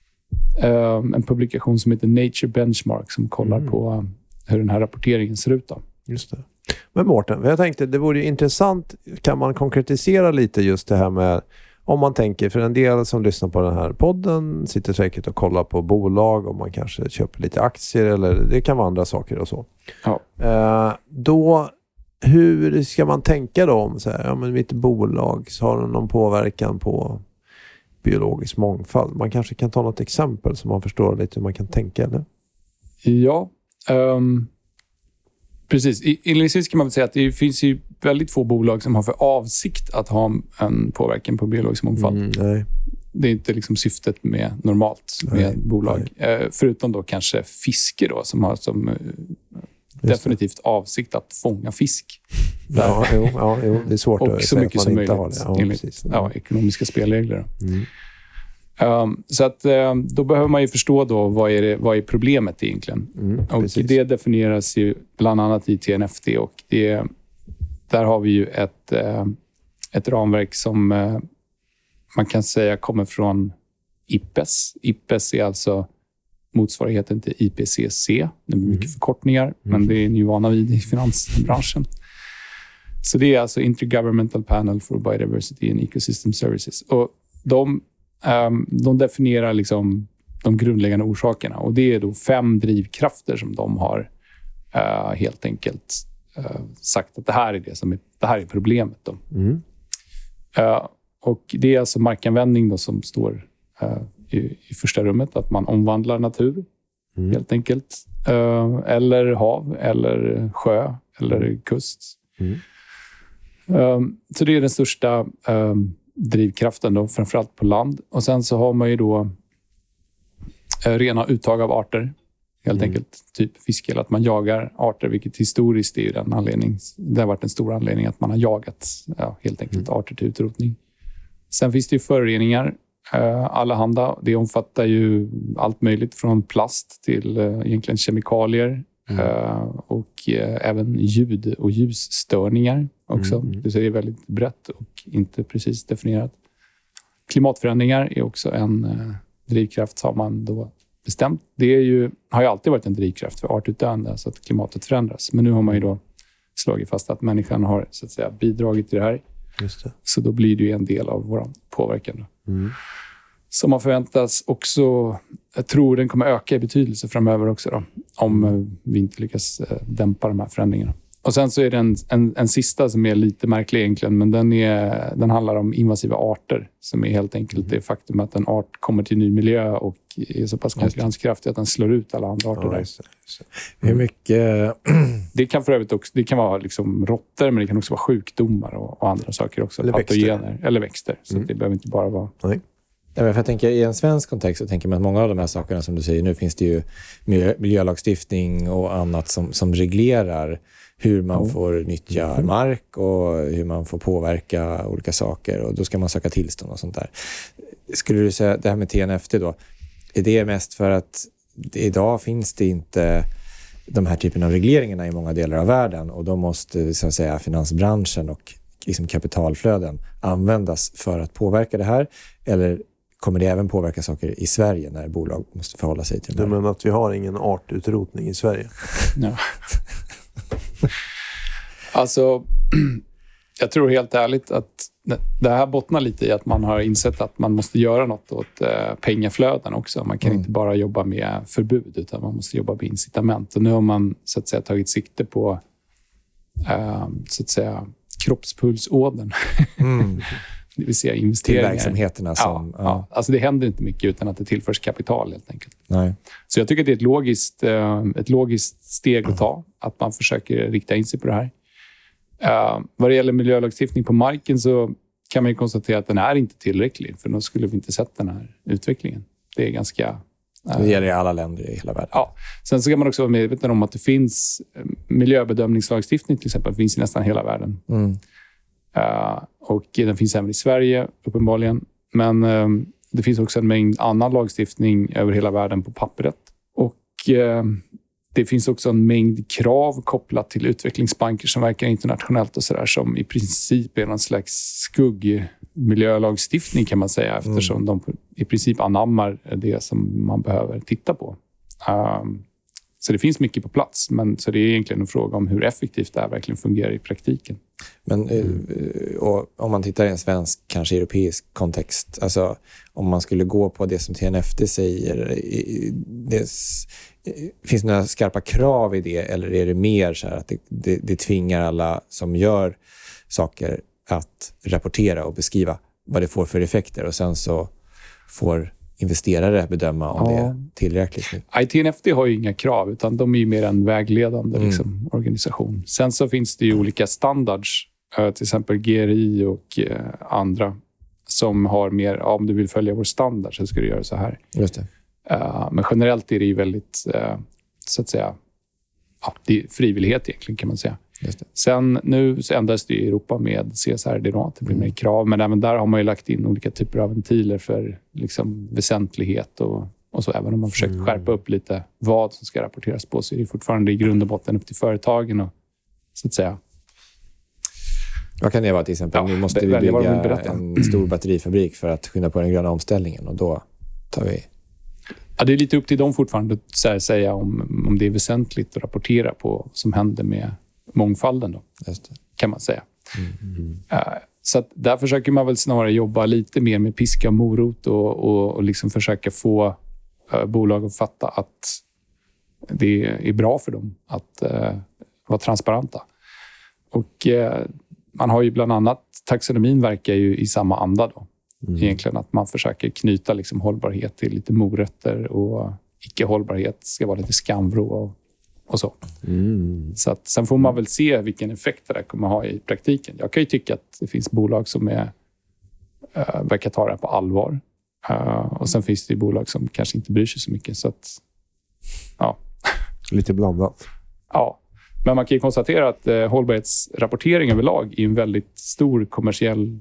Um, en publikation som heter Nature Benchmark som kollar mm. på um, hur den här rapporteringen ser ut. Då. Just det. Men Mårten, jag tänkte det vore intressant, kan man konkretisera lite just det här med, om man tänker, för en del som lyssnar på den här podden sitter säkert och kollar på bolag och man kanske köper lite aktier eller det kan vara andra saker och så. Ja. Uh, då, hur ska man tänka då om så här, ja, men mitt bolag så har någon påverkan på biologisk mångfald. Man kanske kan ta något exempel så man förstår lite hur man kan tänka, eller? Ja, um, precis. Inledningsvis kan man väl säga att det finns ju väldigt få bolag som har för avsikt att ha en påverkan på biologisk mångfald. Mm, nej. Det är inte liksom syftet med normalt med nej, bolag. Nej. Uh, förutom då kanske fiske då, som har som uh, definitivt avsikt att fånga fisk. Ja, jo, ja, jo, det är svårt och att så mycket som möjligt ja, enligt ja, ekonomiska spelregler. Mm. Um, så att um, då behöver man ju förstå då vad är, det, vad är problemet egentligen. Mm, och det definieras ju bland annat i T N F D och det, där har vi ju ett, uh, ett ramverk som uh, man kan säga kommer från I P E S. I P E S är alltså motsvarigheten till I P C C. Det är mycket mm. förkortningar, mm. men det är ni vana vid i finansbranschen. Så det är alltså Intergovernmental Panel for Biodiversity and Ecosystem Services. Och de, um, de definierar liksom de grundläggande orsakerna. Och det är då fem drivkrafter som de har uh, helt enkelt uh, sagt att det här är det som är, det här är problemet. Då. Mm. Uh, och det är alltså markanvändning då som står uh, i, i första rummet. Att man omvandlar natur mm. helt enkelt. Uh, eller hav, eller sjö, eller kust. Mm. Um, så det är den största um, drivkraften då, framförallt på land. Och sen så har man ju då uh, rena uttag av arter. Helt mm. enkelt typ fiske, eller att man jagar arter, vilket historiskt är ju den anledning. Det har varit en stor anledning att man har jagat ja, helt enkelt mm. arter till utrotning. Sen finns det ju föroreningar, uh, allehanda. Det omfattar ju allt möjligt från plast till uh, egentligen kemikalier. Mm. Uh, och uh, även ljud- och ljusstörningar också. Mm, mm. Det är väldigt brett och inte precis definierat. Klimatförändringar är också en uh, drivkraft som man då bestämt. Det är ju, har ju alltid varit en drivkraft för artutdöende, alltså att klimatet förändras. Men nu har man ju då slagit fast att människan har så att säga bidragit till det här. Just det. Så då blir det ju en del av vår påverkan. Mm. Som man förväntas också, jag tror den kommer öka i betydelse framöver också då, om mm. vi inte lyckas dämpa de här förändringarna. Och sen så är det en, en, en sista som är lite märklig egentligen, men den, är, den handlar om invasiva arter, som är helt enkelt mm. det faktum att en art kommer till ny miljö och är så pass konkurrenskraftig att den slår ut alla andra arter. Ja, där. Just det, just det. Hur mycket... Det kan för övrigt också, det kan vara liksom råttor, men det kan också vara sjukdomar och, och andra saker också. Eller växter. Eller växter, så mm. det behöver inte bara vara... Nej. Ja, men för jag tänker, i en svensk kontext så tänker man att många av de här sakerna som du säger, nu finns det ju miljö, miljölagstiftning och annat som, som reglerar hur man mm. får nyttja mm. mark och hur man får påverka olika saker, och då ska man söka tillstånd och sånt där. Skulle du säga det här med T N F D då, är det mest för att idag finns det inte de här typen av regleringarna i många delar av världen, och då måste så att säga finansbranschen och liksom kapitalflöden användas för att påverka det här, eller kommer det även påverka saker i Sverige när bolag måste förhålla sig till det? Du menar att vi har ingen artutrotning i Sverige? Ja. Alltså, jag tror helt ärligt att det här bottnar lite i att man har insett att man måste göra något åt eh, pengaflöden också. Man kan mm. inte bara jobba med förbud, utan man måste jobba med incitament. Och nu har man så att säga tagit sikte på eh, så att säga kroppspulsådern. Mm. Det vill säga investeringar. Till verksamheterna som... Ja, ja. Alltså det händer inte mycket utan att det tillförs kapital helt enkelt. Nej. Så jag tycker att det är ett logiskt, ett logiskt steg att ta. Att man försöker rikta in sig på det här. Uh, vad det gäller miljölagstiftning på marken så kan man ju konstatera att den är inte tillräcklig. För då skulle vi inte sett den här utvecklingen. Det är ganska... Uh, det gäller i alla länder i hela världen. Ja. Sen så kan man också vara medveten om att det finns miljöbedömningslagstiftning till exempel. Finns i nästan hela världen. Mm. Uh, och den finns även i Sverige, uppenbarligen. Men uh, det finns också en mängd annan lagstiftning över hela världen på pappret. Och uh, det finns också en mängd krav kopplat till utvecklingsbanker som verkar internationellt och sådär, som i princip är någon slags skuggmiljölagstiftning kan man säga, eftersom mm. de i princip anammar det som man behöver titta på. Uh, så det finns mycket på plats, men så det är egentligen en fråga om hur effektivt det här verkligen fungerar i praktiken. Men och om man tittar i en svensk, kanske europeisk kontext, alltså om man skulle gå på det som T N F D säger, det, finns det några skarpa krav i det, eller är det mer så här att det, det, det tvingar alla som gör saker att rapportera och beskriva vad det får för effekter, och sen så får investerare bedöma om ja. det är tillräckligt? I T N F D har ju inga krav, utan de är ju mer en vägledande mm. liksom, organisation. Sen så finns det ju olika standards, till exempel G R I och eh, andra, som har mer, ja, om du vill följa vår standard så ska du göra så här. Just det. Uh, men generellt är det ju väldigt, uh, så att säga, ja, det är frivillighet egentligen kan man säga. Just det. Sen nu så ändras det i Europa med C S R D då, det blir mm. mer krav, men även där har man ju lagt in olika typer av ventiler för liksom väsentlighet och, och så. Även om man försöker mm. skärpa upp lite vad som ska rapporteras på, så är det fortfarande i grund och botten upp till företagen och så att säga. Vad kan det vara till exempel? Ja, nu måste vi bygga en stor batterifabrik för att skynda på den gröna omställningen, och då tar vi... Ja, det är lite upp till dem fortfarande att säga om, om det är väsentligt att rapportera på vad som händer med mångfalden då, Just det. kan man säga. Mm. Mm. Uh, så att där försöker man väl snarare jobba lite mer med piska och morot och, och, och liksom försöka få uh, bolag att fatta att det är bra för dem att uh, vara transparenta. Och uh, man har ju bland annat, taxonomin verkar ju i samma anda då. Mm. Egentligen att man försöker knyta liksom hållbarhet till lite morötter, och icke-hållbarhet ska vara lite skamvrå och, och så. Mm. Så att, sen får man väl se vilken effekt det där kommer ha i praktiken. Jag kan ju tycka att det finns bolag som är, äh, verkar ta det på allvar. Uh, och sen finns det ju bolag som kanske inte bryr sig så mycket. Så att, ja. Lite blandat. Ja. Men man kan ju konstatera att eh, hållbarhetsrapportering överlag är en väldigt stor kommersiell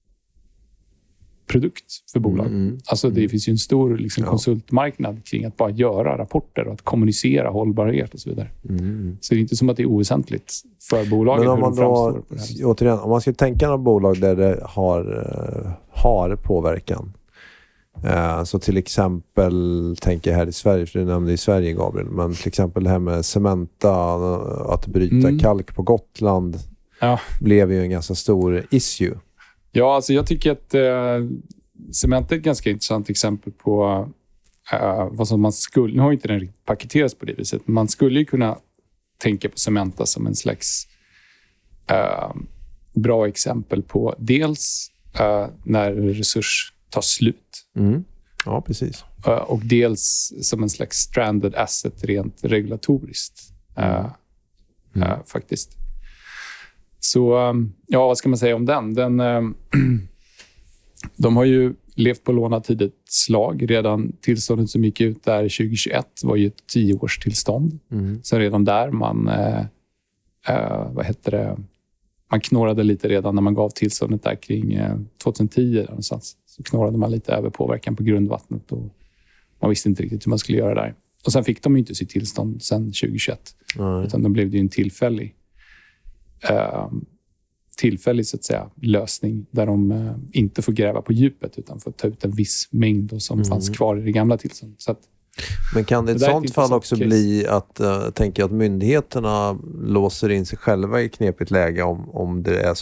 produkt för bolag. Mm. Alltså det finns ju en stor liksom, ja. konsultmarknad kring att bara göra rapporter och att kommunicera hållbarhet och så vidare. Mm. Så det är inte som att det är oväsentligt för bolagen. Men om hur man de framstår på det här. Återigen, om man ska tänka några bolag där det har, har påverkan. Uh, så till exempel, tänker jag här i Sverige, för du nämnde i Sverige, Gabriel, men till exempel det här med Cementa, att bryta mm. kalk på Gotland, ja. blev ju en ganska stor issue. Ja, alltså jag tycker att uh, Cementa är ett ganska intressant exempel på uh, vad som man skulle, nu har inte den riktigt paketerats på det viset, men man skulle ju kunna tänka på Cementa som en slags uh, bra exempel på dels uh, när resurs tar slut. Mm. Ja, precis. Uh, och dels som en slags stranded asset rent regulatoriskt. Uh, mm. uh, faktiskt. Så, um, ja, vad ska man säga om den? den um, de har ju levt på lånat tid ett slag. Redan tillståndet som gick ut där tjugohundratjugoett var ju ett tioårstillstånd. Mm. Så redan där man, uh, uh, vad heter det? Man knorrade lite redan när man gav tillståndet där kring uh, tjugohundratio där någonstans. Så knorrade man lite över påverkan på grundvattnet och man visste inte riktigt hur man skulle göra där. Och sen fick de ju inte sitt tillstånd sen tjugohundratjugoett. Mm. Utan då blev det ju en tillfällig uh, tillfällig så att säga lösning där de uh, inte får gräva på djupet utan får ta ut en viss mängd då, som mm. fanns kvar i det gamla tillståndet. Så att, men kan det i ett sånt fall också case. bli att, uh, tänker jag, att myndigheterna låser in sig själva i knepigt läge om, om det är så att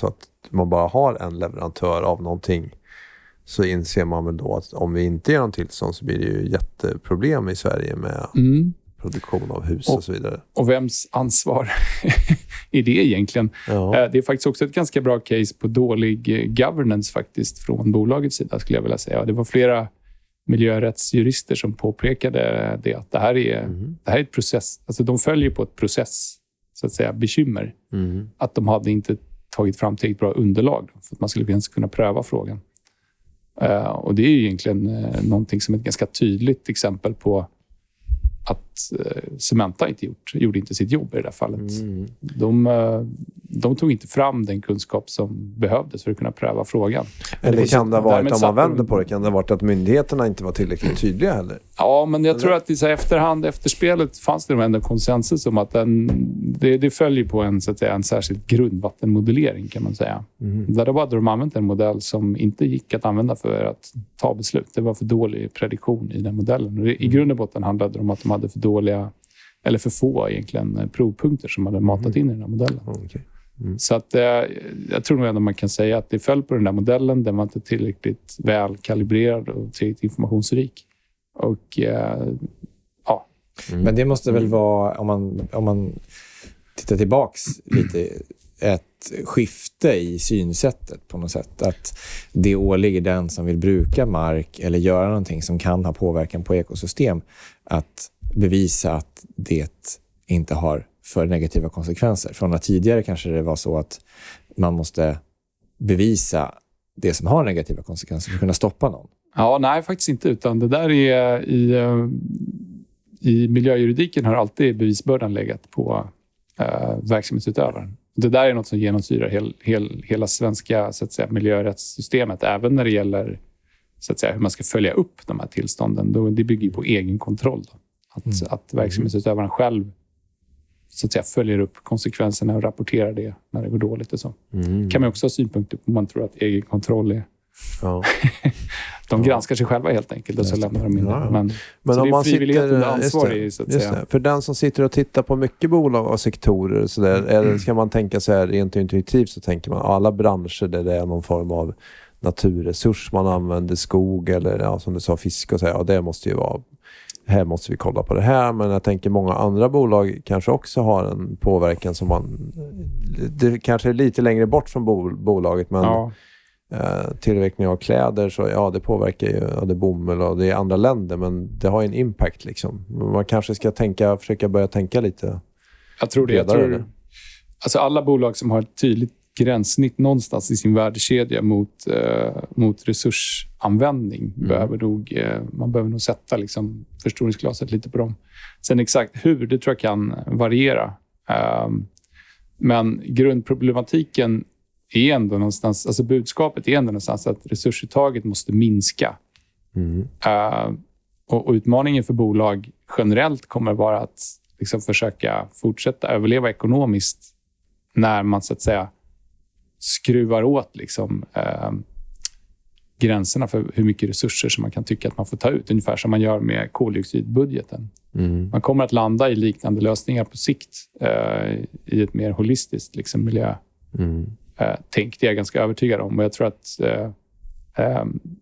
man bara har en leverantör av någonting, så inser man väl då att om vi inte ger någon tillstånd så blir det ju jätteproblem i Sverige med mm. produktion av hus och, och så vidare. Och vems ansvar är det egentligen? Ja. Det är faktiskt också ett ganska bra case på dålig governance faktiskt från bolagets sida, skulle jag vilja säga. Det var flera miljörättsjurister som påpekade det, att det här är, mm. det här är ett process. Alltså de följer på ett process, så att säga, bekymmer. Mm. Att de hade inte tagit fram tillräckligt bra underlag för att man skulle ens kunna pröva frågan. Uh, och det är ju egentligen uh, någonting som är ett ganska tydligt exempel på att uh, Cementa inte gjort, gjorde inte sitt jobb i det där fallet. Mm. De, uh, de tog inte fram den kunskap som behövdes för att kunna pröva frågan. Eller det kan det ha varit, om man vänder på det, kan det ha varit att myndigheterna inte var tillräckligt tydliga heller? Ja, men jag Eller? tror att i så här efterhand, efter spelet, fanns det nog ändå konsensus om att den, det, det följer på en, så att säga, en särskild grundvattenmodellering, kan man säga. Mm. Där då hade de använt en modell som inte gick att använda för att ta beslut. Det var för dålig prediktion i den modellen. Och det, i grund och botten handlade det om att de hade för dåliga, eller för få egentligen, provpunkter som hade matat mm. in i den här modellen. Okay. Mm. Så att, eh, jag tror nog ändå man kan säga att det föll på den där modellen. Den var inte tillräckligt väl kalibrerad och tillräckligt informationsrik. Och eh, ja. Mm. Men det måste väl vara, om man, om man tittar tillbaks lite, ett skifte i synsättet på något sätt. Att det åligger den som vill bruka mark eller göra någonting som kan ha påverkan på ekosystem att bevisa att det inte har för negativa konsekvenser. Från att tidigare kanske det var så att man måste bevisa det som har negativa konsekvenser för att kunna stoppa någon. Ja, nej, faktiskt inte. Utan det där är i, i miljöjuridiken har alltid bevisbördan legat på äh, verksamhetsutövaren. Det där är något som genomsyrar hel, hel, hela svenska, så att säga, miljörättssystemet, även när det gäller, så att säga, hur man ska följa upp de här tillstånden. Då, det bygger på egen kontroll. Då. Att, mm. att verksamhetsutövaren själv, så att säga, följer upp konsekvenserna och rapporterar det när det går dåligt och så. Mm. Kan man också ha synpunkter på om man tror att egen kontroll är... Ja. de granskar sig själva helt enkelt och så lämnar de in det. Ja. Men, Men om man sitter... Ansvarig, så att säga. Det. För den som sitter och tittar på mycket bolag och sektorer, så där, mm. eller ska man tänka så här rent intuitivt, så tänker man alla branscher där det är någon form av naturresurs man använder, skog eller ja, som du sa, fisk och så här, ja, det måste ju vara... Här måste vi kolla på det här, men jag tänker många andra bolag kanske också har en påverkan som man, det kanske är lite längre bort från bol, bolaget, men ja. eh, tillverkning av kläder, så ja, det påverkar ju, ja, det är bomull och det är andra länder, men det har ju en impact liksom. Man kanske ska tänka, försöka börja tänka lite. Jag tror det, jag tror, alltså alla bolag som har ett tydligt gränssnitt någonstans i sin värdekedja mot, eh, mot resursanvändning mm. behöver nog, eh, man behöver nog sätta liksom förstoringsglaset lite på dem. Sen exakt hur, det tror jag kan variera. Eh, men grundproblematiken är ändå någonstans, alltså budskapet är ändå någonstans att resursuttaget måste minska. Mm. Eh, och, och utmaningen för bolag generellt kommer vara att liksom försöka fortsätta överleva ekonomiskt när man, så att säga, skruvar åt liksom, eh, gränserna för hur mycket resurser som man kan tycka att man får ta ut. Ungefär som man gör med koldioxidbudgeten. Mm. Man kommer att landa i liknande lösningar på sikt eh, i ett mer holistiskt liksom, miljö. Mm. Eh, tänk, det är jag ganska övertygad om. Och jag tror att eh, eh,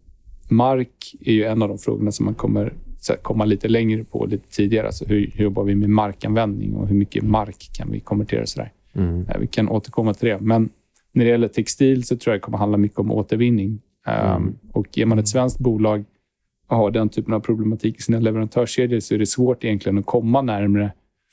mark är ju en av de frågorna som man kommer att komma lite längre på lite tidigare. Alltså hur, hur jobbar vi med markanvändning och hur mycket mark kan vi konvertera sådär. Mm. Eh, vi kan återkomma till det. Men när det gäller textil så tror jag det kommer handla mycket om återvinning. Mm. Um, och ger man ett svenskt bolag och har den typen av problematik i sina leverantörskedjor, så är det svårt egentligen att komma närmare,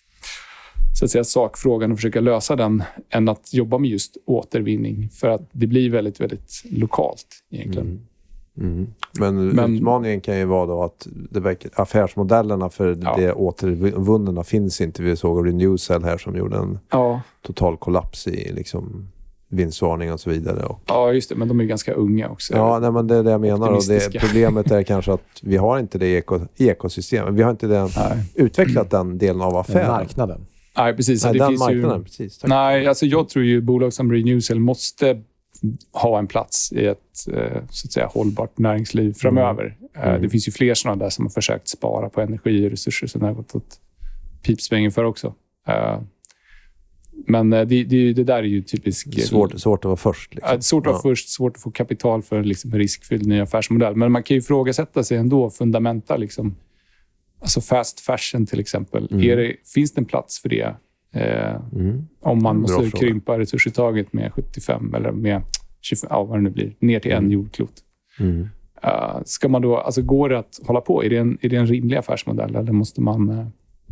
så att säga, sakfrågan och försöka lösa den än att jobba med just återvinning. För att det blir väldigt, väldigt lokalt egentligen. Mm. Mm. Men, Men utmaningen kan ju vara då att det verkar, affärsmodellerna för ja. det återvunna finns inte. Vi såg Renewcell här som gjorde en ja. total kollaps i liksom vinstvarning och så vidare. Och... Ja, just det. Men de är ganska unga också. Ja, nej, men det är det jag menar. Och det, problemet är kanske att vi har inte det eko, ekosystemet. Vi har inte den, utvecklat den delen av affären. Den marknaden. Nej, precis. Nej, det den finns marknaden, ju... precis. Tack. Nej, alltså jag tror ju bolag som Renewcell måste ha en plats i ett, så att säga, hållbart näringsliv framöver. Mm. Det finns ju fler sådana där som har försökt spara på energi och resurser, som det har gått åt pipsvängen för också. Men det, det, det där är ju typiskt... Svårt, svårt att vara först. Liksom. Ja, svårt att vara ja. först, svårt att få kapital för liksom, en riskfylld ny affärsmodell. Men man kan ju ifrågasätta sig ändå fundamenta. Liksom, alltså fast fashion till exempel. Mm. Är det, finns det en plats för det? Eh, Mm. Om man Bra måste fråga. krympa resursuttaget med sjuttiofem eller med tjugofem, ja, vad det nu blir, ner till Mm. en jordklot. Mm. Uh, ska man då, alltså går det att hålla på? Är det en, är det en rimlig affärsmodell eller måste man uh,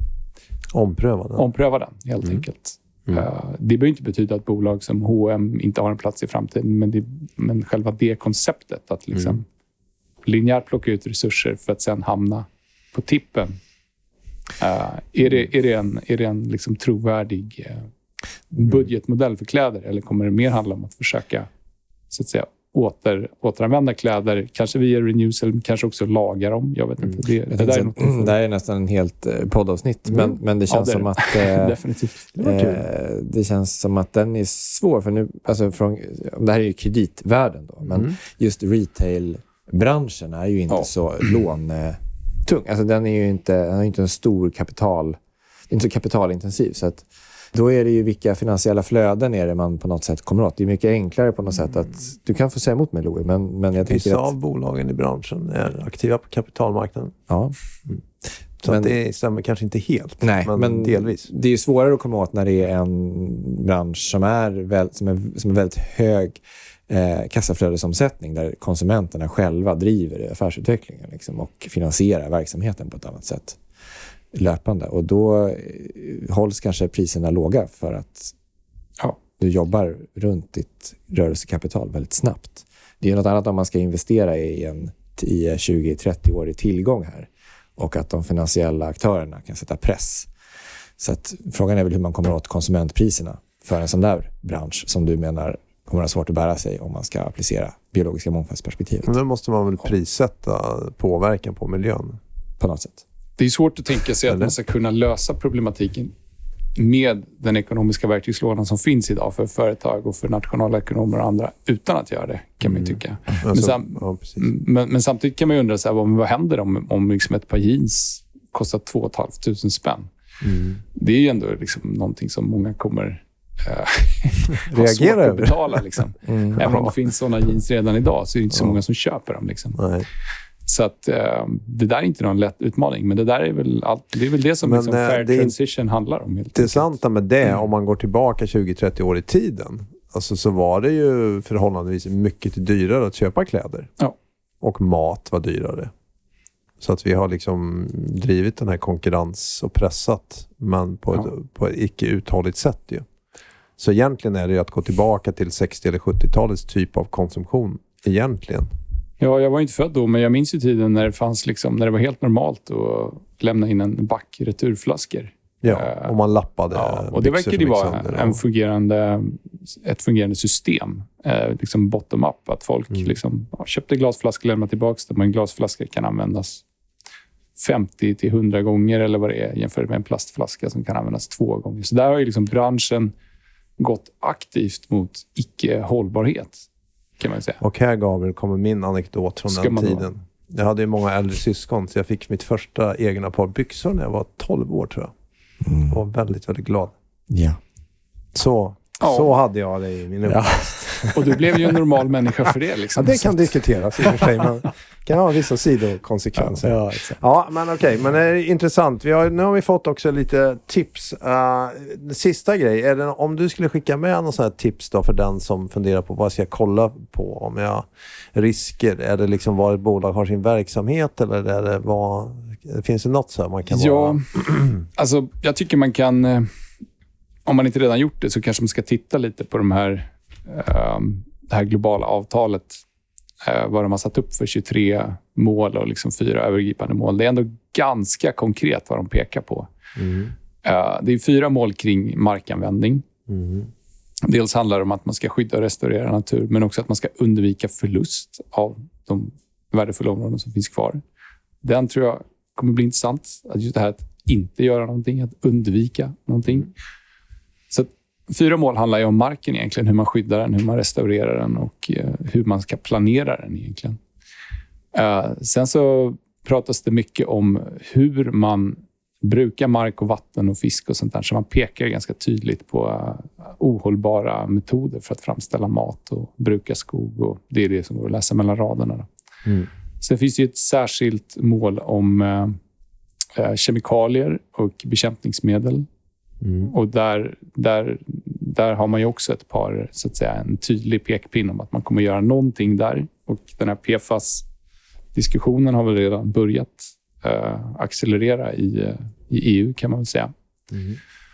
Ompröva den. ompröva den helt Mm. enkelt? Mm. Uh, det behöver inte betyda att bolag som H och M inte har en plats i framtiden, men, det, men själva det konceptet att liksom Mm. linjärt plocka ut resurser för att sen hamna på tippen. Uh, är, det, är det en, är det en liksom trovärdig uh, budgetmodell för kläder eller kommer det mer handla om att försöka så att säga åter, återanvända kläder, kanske via renewal, kanske också laga dem. Jag vet inte. Det, Jag det, tänkte där är att- något mm, det här är nästan en helt eh, poddavsnitt, Mm. men, men det Ja, känns det är som det. att eh, definitivt. Det var kul. eh, det känns som att den är svår. För nu, alltså från, det här är ju kreditvärlden då, men Mm. just retailbranschen är ju inte Ja. så lånetung. Alltså den är ju inte, den har ju inte en stor kapital, inte så kapitalintensiv. Så att då är det ju vilka finansiella flöden är det man på något sätt kommer åt. Det är mycket enklare på något sätt att du kan få säga emot mig, Louis, men, men jag tänker Vissa att... av bolagen i branschen är aktiva på kapitalmarknaden. Ja. Så Men- att det stämmer kanske inte helt, Nej, men, men delvis. Det är ju svårare att komma åt när det är en bransch som är, väl, som är, som är väldigt hög eh, kassaflödesomsättning där konsumenterna själva driver affärsutvecklingen liksom, och finansierar verksamheten på ett annat sätt löpande. Och då eh, hålls kanske priserna låga för att Ja. du jobbar runt ditt rörelsekapital väldigt snabbt. Det är ju något annat om man ska investera i en tio, tjugo, trettio år i tillgång här och att de finansiella aktörerna kan sätta press. Så att frågan är väl hur man kommer åt konsumentpriserna för en sån där bransch som du menar kommer att ha svårt att bära sig om man ska applicera biologiska mångfaldsperspektivet Men då måste man väl prissätta påverkan på miljön. på något sätt. Det är svårt att tänka sig att Eller? man ska kunna lösa problematiken med den ekonomiska verktygslådan som finns idag för företag och för nationalekonomer och andra utan att göra det, kan man ju tycka. Alltså, sam- ja, precis. Men, men samtidigt kan man ju undra så här, vad, vad händer om, om liksom ett par jeans kostar två och ett halvt tusen spänn? Mm. Det är ju ändå liksom någonting som många kommer eh, ha Reagera svårt att över. betala. Liksom. Mm. Även om det finns sådana jeans redan idag så är det inte så Ja. många som köper dem. Liksom. Nej. Så att, eh, det där är inte någon lätt utmaning, men det där är väl, allt, det, är väl det som Men, liksom eh, fair det är- transition handlar om. Helt Det enkelt. intressanta med det, om man går tillbaka tjugo till trettio år i tiden, alltså så var det ju förhållandevis mycket dyrare att köpa kläder. Ja. Och mat var dyrare. Så att vi har liksom drivit den här konkurrens och pressat, men på ett, Ja. på ett icke uthålligt sätt ju. Så egentligen är det ju att gå tillbaka till sextio- eller sjuttiotalets typ av konsumtion egentligen. Ja, jag var inte född då, men jag minns ju tiden när det fanns liksom, när det var helt normalt att lämna in en back returflaskor. Ja, Eh, och man lappade Ja, och det byxor verkar ju som gick vara sönder en och- fungerande, ett fungerande system. Eh, liksom bottom-up. Att folk Mm. liksom, ja, köpte glasflaskor, lämnade tillbaka dem. En glasflaska kan användas femtio till hundra gånger eller vad det är jämfört med en plastflaska som kan användas två gånger. Så där har ju liksom branschen gått aktivt mot icke-hållbarhet, kan man ju säga. Och här, Gabriel, kommer min anekdot från Ska den man då? tiden. Jag hade ju många äldre syskon, så jag fick mitt första egna par byxor när jag var tolv år, tror jag. Mm. Och var väldigt, väldigt glad. Ja. Så, Ja. så hade jag det i min uppväxt. Och du blev ju en normal människa för det. Liksom. Ja, det kan diskuteras i och för sig, men kan ha vissa sidokonsekvenser. Ja, exakt. Ja, men okej. Men det är intressant. Vi har, nu har vi fått också lite tips. Uh, sista grej. Är det, om du skulle skicka med någon sån här tips då för den som funderar på vad ska jag kolla på? Om jag risker? Är det liksom var ett bolag har sin verksamhet? Eller är det vad, finns det något så här man kan Ja, vara... alltså jag tycker man kan... eh, Om man inte redan gjort det så kanske man ska titta lite på de här, eh, det här globala avtalet. Eh, vad de har satt upp för tjugotre mål och liksom fyra övergripande mål. Det är ändå ganska konkret vad de pekar på. Mm. Eh, det är fyra mål kring markanvändning. Mm. Dels handlar det om att man ska skydda och restaurera natur, men också att man ska undvika förlust av de värdefulla områden som finns kvar. Den tror jag kommer bli intressant. Att just det här att inte göra någonting, att undvika någonting. Så att fyra mål handlar ju om marken egentligen, hur man skyddar den, hur man restaurerar den och eh, hur man ska planera den egentligen. Uh, sen så pratas det mycket om hur man bruka mark och vatten och fisk och sånt där. Så man pekar ganska tydligt på uh, ohållbara metoder för att framställa mat och bruka skog. Och det är det som går att läsa mellan raderna. Då. Mm. Sen finns det ju ett särskilt mål om uh, uh, kemikalier och bekämpningsmedel. Mm. Och där, där, där har man ju också ett par, så att säga, en tydlig pekpinn om att man kommer göra någonting där. Och den här P F A S-diskussionen har väl redan börjat uh, accelerera i, uh, i E U, kan man väl säga. Mm.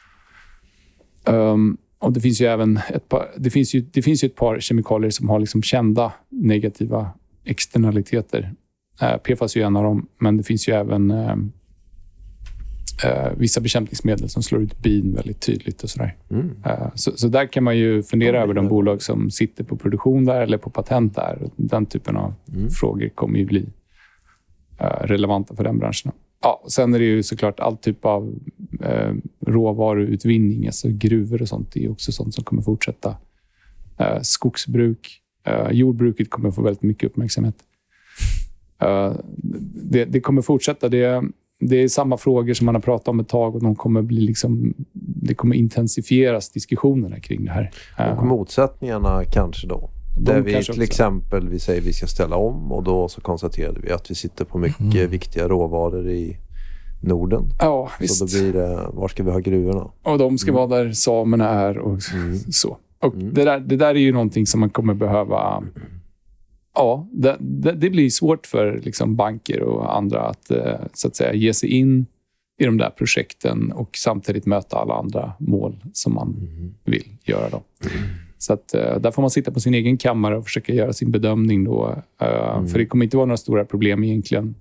Um, och det finns ju även ett par, det finns ju, det finns ju ett par kemikalier som har liksom kända negativa externaliteter. Uh, P F A S är ju en av dem, men det finns ju även uh, Uh, vissa bekämpningsmedel som slår ut bin väldigt tydligt och sådär. Mm. Uh, så, så där kan man ju fundera mm. över de bolag som sitter på produktion där eller på patent där. Den typen av mm. frågor kommer ju bli uh, relevanta för den branschen. Ja, sen är det ju såklart all typ av uh, råvaruutvinning, alltså gruvor och sånt. Det är också sånt som kommer fortsätta. Uh, skogsbruk, uh, jordbruket kommer få väldigt mycket uppmärksamhet. Uh, det, det kommer fortsätta. Det Det är samma frågor som man har pratat om ett tag och de kommer bli liksom, det kommer intensifieras diskussionerna kring det här. Och motsättningarna kanske då. De där vi till också. exempel vi säger vi ska ställa om och då så konstaterade vi att vi sitter på mycket mm. viktiga råvaror i Norden. Ja, så visst. Då blir det, var ska vi ha gruvorna? Och de ska mm. vara där samerna är och mm. så. Och mm. det, där, det där är ju någonting som man kommer behöva. Ja, det, det, det blir svårt för liksom banker och andra att, så att säga, ge sig in i de där projekten och samtidigt möta alla andra mål som man mm. vill göra. Då. Mm. Så att, där får man sitta på sin egen kammare och försöka göra sin bedömning då. Mm. För det kommer inte vara några stora problem egentligen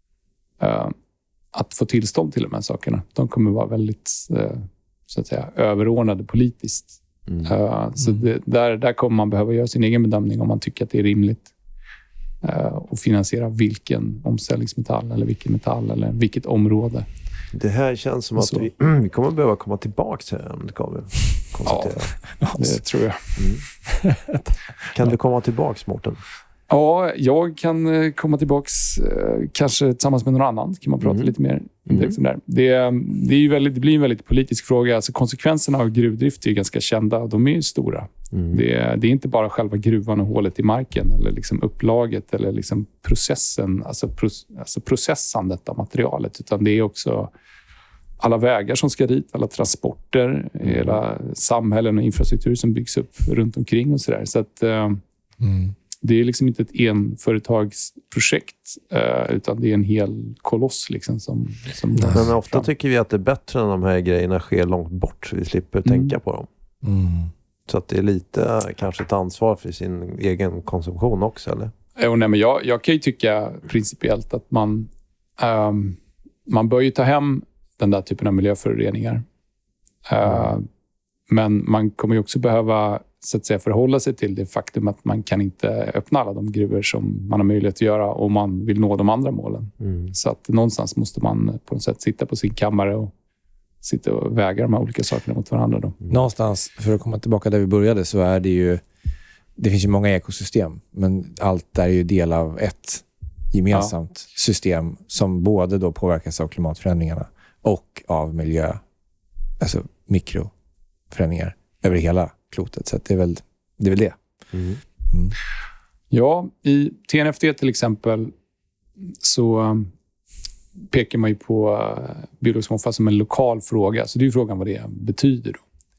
att få tillstånd till de här sakerna. De kommer vara väldigt, så att säga, överordnade politiskt. Mm. Så det, där, där kommer man behöva göra sin egen bedömning om man tycker att det är rimligt. Och finansiera vilken omställningsmetall eller vilken metall eller vilket område. Det här känns som att vi, vi kommer behöva komma tillbaka till det. Det kan vi konstatera. Ja, det tror jag. Mm. Kan du komma tillbaka, Mårten? Ja, jag kan komma tillbaka kanske tillsammans med någon annan. Kan man prata mm. lite mer direkt om det. Det, det, är ju väldigt, det blir en väldigt politisk fråga. Alltså konsekvenserna av gruvdrift är ju ganska kända. De är ju stora. Mm. Det, det är inte bara själva gruvan och hålet i marken eller liksom upplaget eller liksom processen, alltså, pro, alltså processandet av materialet, utan det är också alla vägar som ska dit, alla transporter, mm. hela samhällen och infrastruktur som byggs upp runt omkring och sådär. Så att eh, mm. det är liksom inte ett enföretagsprojekt eh, utan det är en hel koloss liksom som, som men ofta fram. Tycker vi att det är bättre när de här grejerna sker långt bort så vi slipper mm. tänka på dem. Mm. Så att det är lite kanske ett ansvar för sin egen konsumtion också, eller? Jo, nej, men jag, jag kan ju tycka principiellt att man, um, man bör ju ta hem den där typen av miljöföroreningar. Uh, mm. Men man kommer ju också behöva, så att säga, förhålla sig till det faktum att man kan inte öppna alla de gruvor som man har möjlighet att göra om man vill nå de andra målen. Mm. Så att någonstans måste man på något sätt sitta på sin kammare och sitta och väga de här olika sakerna mot varandra. Då. Någonstans, för att komma tillbaka där vi började, så är det ju, det finns ju många ekosystem, men allt är ju del av ett gemensamt ja. system som både då påverkas av klimatförändringarna och av miljö, alltså mikroförändringar över hela klotet. Så att det är väl det. Är väl det. Mm. Mm. Ja, i T N F D till exempel så pekar man ju på biologisk mångfald som en lokal fråga. Så det är ju frågan vad det betyder. Då.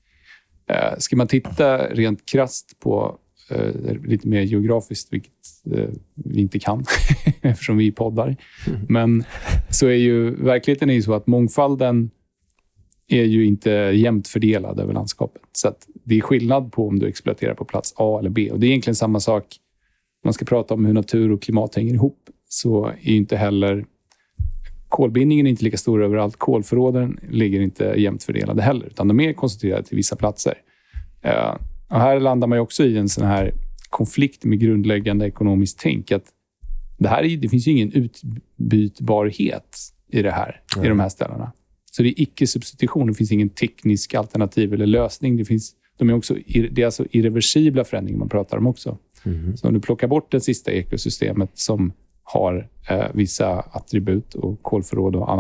Ska man titta rent krasst på eh, lite mer geografiskt, vilket eh, vi inte kan eftersom vi poddar. Mm. Men så är ju verkligheten är ju så att mångfalden är ju inte jämnt fördelad över landskapet. Så att det är skillnad på om du exploaterar på plats A eller B. Och det är egentligen samma sak. Man ska prata om hur natur och klimat hänger ihop. Så är ju inte heller kolbindningen är inte lika stor överallt. Kolförråden ligger inte jämnt fördelade heller. Utan de är koncentrerade till vissa platser. Uh, och här landar man ju också i en sån här konflikt med grundläggande ekonomiskt tänk. Att det, här är, det finns ju ingen utbytbarhet i det här, mm. i de här ställena. Så det är icke-substitution. Det finns ingen teknisk alternativ eller lösning. Det, finns, de är, också, det är alltså irreversibla förändringar man pratar om också. Mm. Så om du plockar bort det sista ekosystemet som har eh, vissa attribut och kolförråd och annat,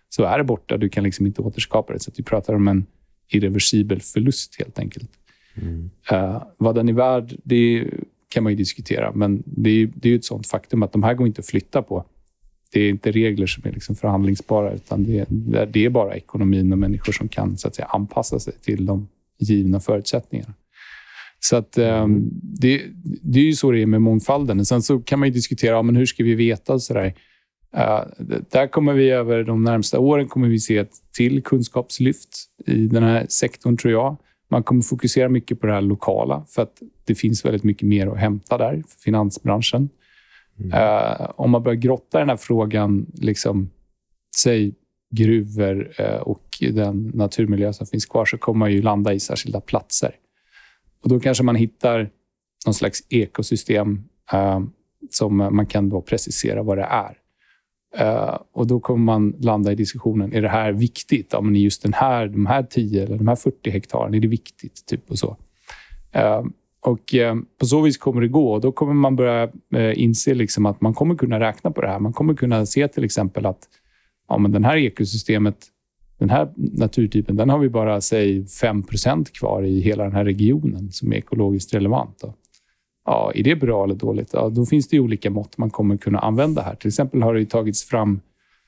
så är det borta. Du kan liksom inte återskapa det. Så att vi pratar om en irreversibel förlust helt enkelt. Mm. Uh, vad den är värd, det kan man ju diskutera. Men det är, det är ju ett sånt faktum att de här går inte att flytta på. Det är inte regler som är liksom förhandlingsbara, utan det är, det är bara ekonomin och människor som kan så att säga, anpassa sig till de givna förutsättningarna. Så att, um, det, det är ju så det är med mångfalden. Sen så kan man ju diskutera, ja, men hur ska vi veta och sådär. Uh, där kommer vi över de närmsta åren kommer vi se ett till kunskapslyft i den här sektorn, tror jag. Man kommer fokusera mycket på det här lokala, för att det finns väldigt mycket mer att hämta där för finansbranschen. Mm. Uh, om man börjar grotta den här frågan, liksom, säg gruvor uh, och den naturmiljö som finns kvar, så kommer man ju landa i särskilda platser. Och då kanske man hittar någon slags ekosystem uh, som man kan då precisera vad det är. Uh, och då kommer man landa i diskussionen, är det här viktigt? Ja, men just den här, de här tio eller de här fyrtio hektaren, är det viktigt? Typ och så. Uh, och uh, på så vis kommer det gå. Och då kommer man börja uh, inse liksom att man kommer kunna räkna på det här. Man kommer kunna se till exempel att ja, men den här ekosystemet, den här naturtypen, den har vi bara, säg, fem procent kvar i hela den här regionen som är ekologiskt relevant. Då. Ja, är det bra eller dåligt? Ja, då finns det ju olika mått man kommer kunna använda här. Till exempel har det ju tagits fram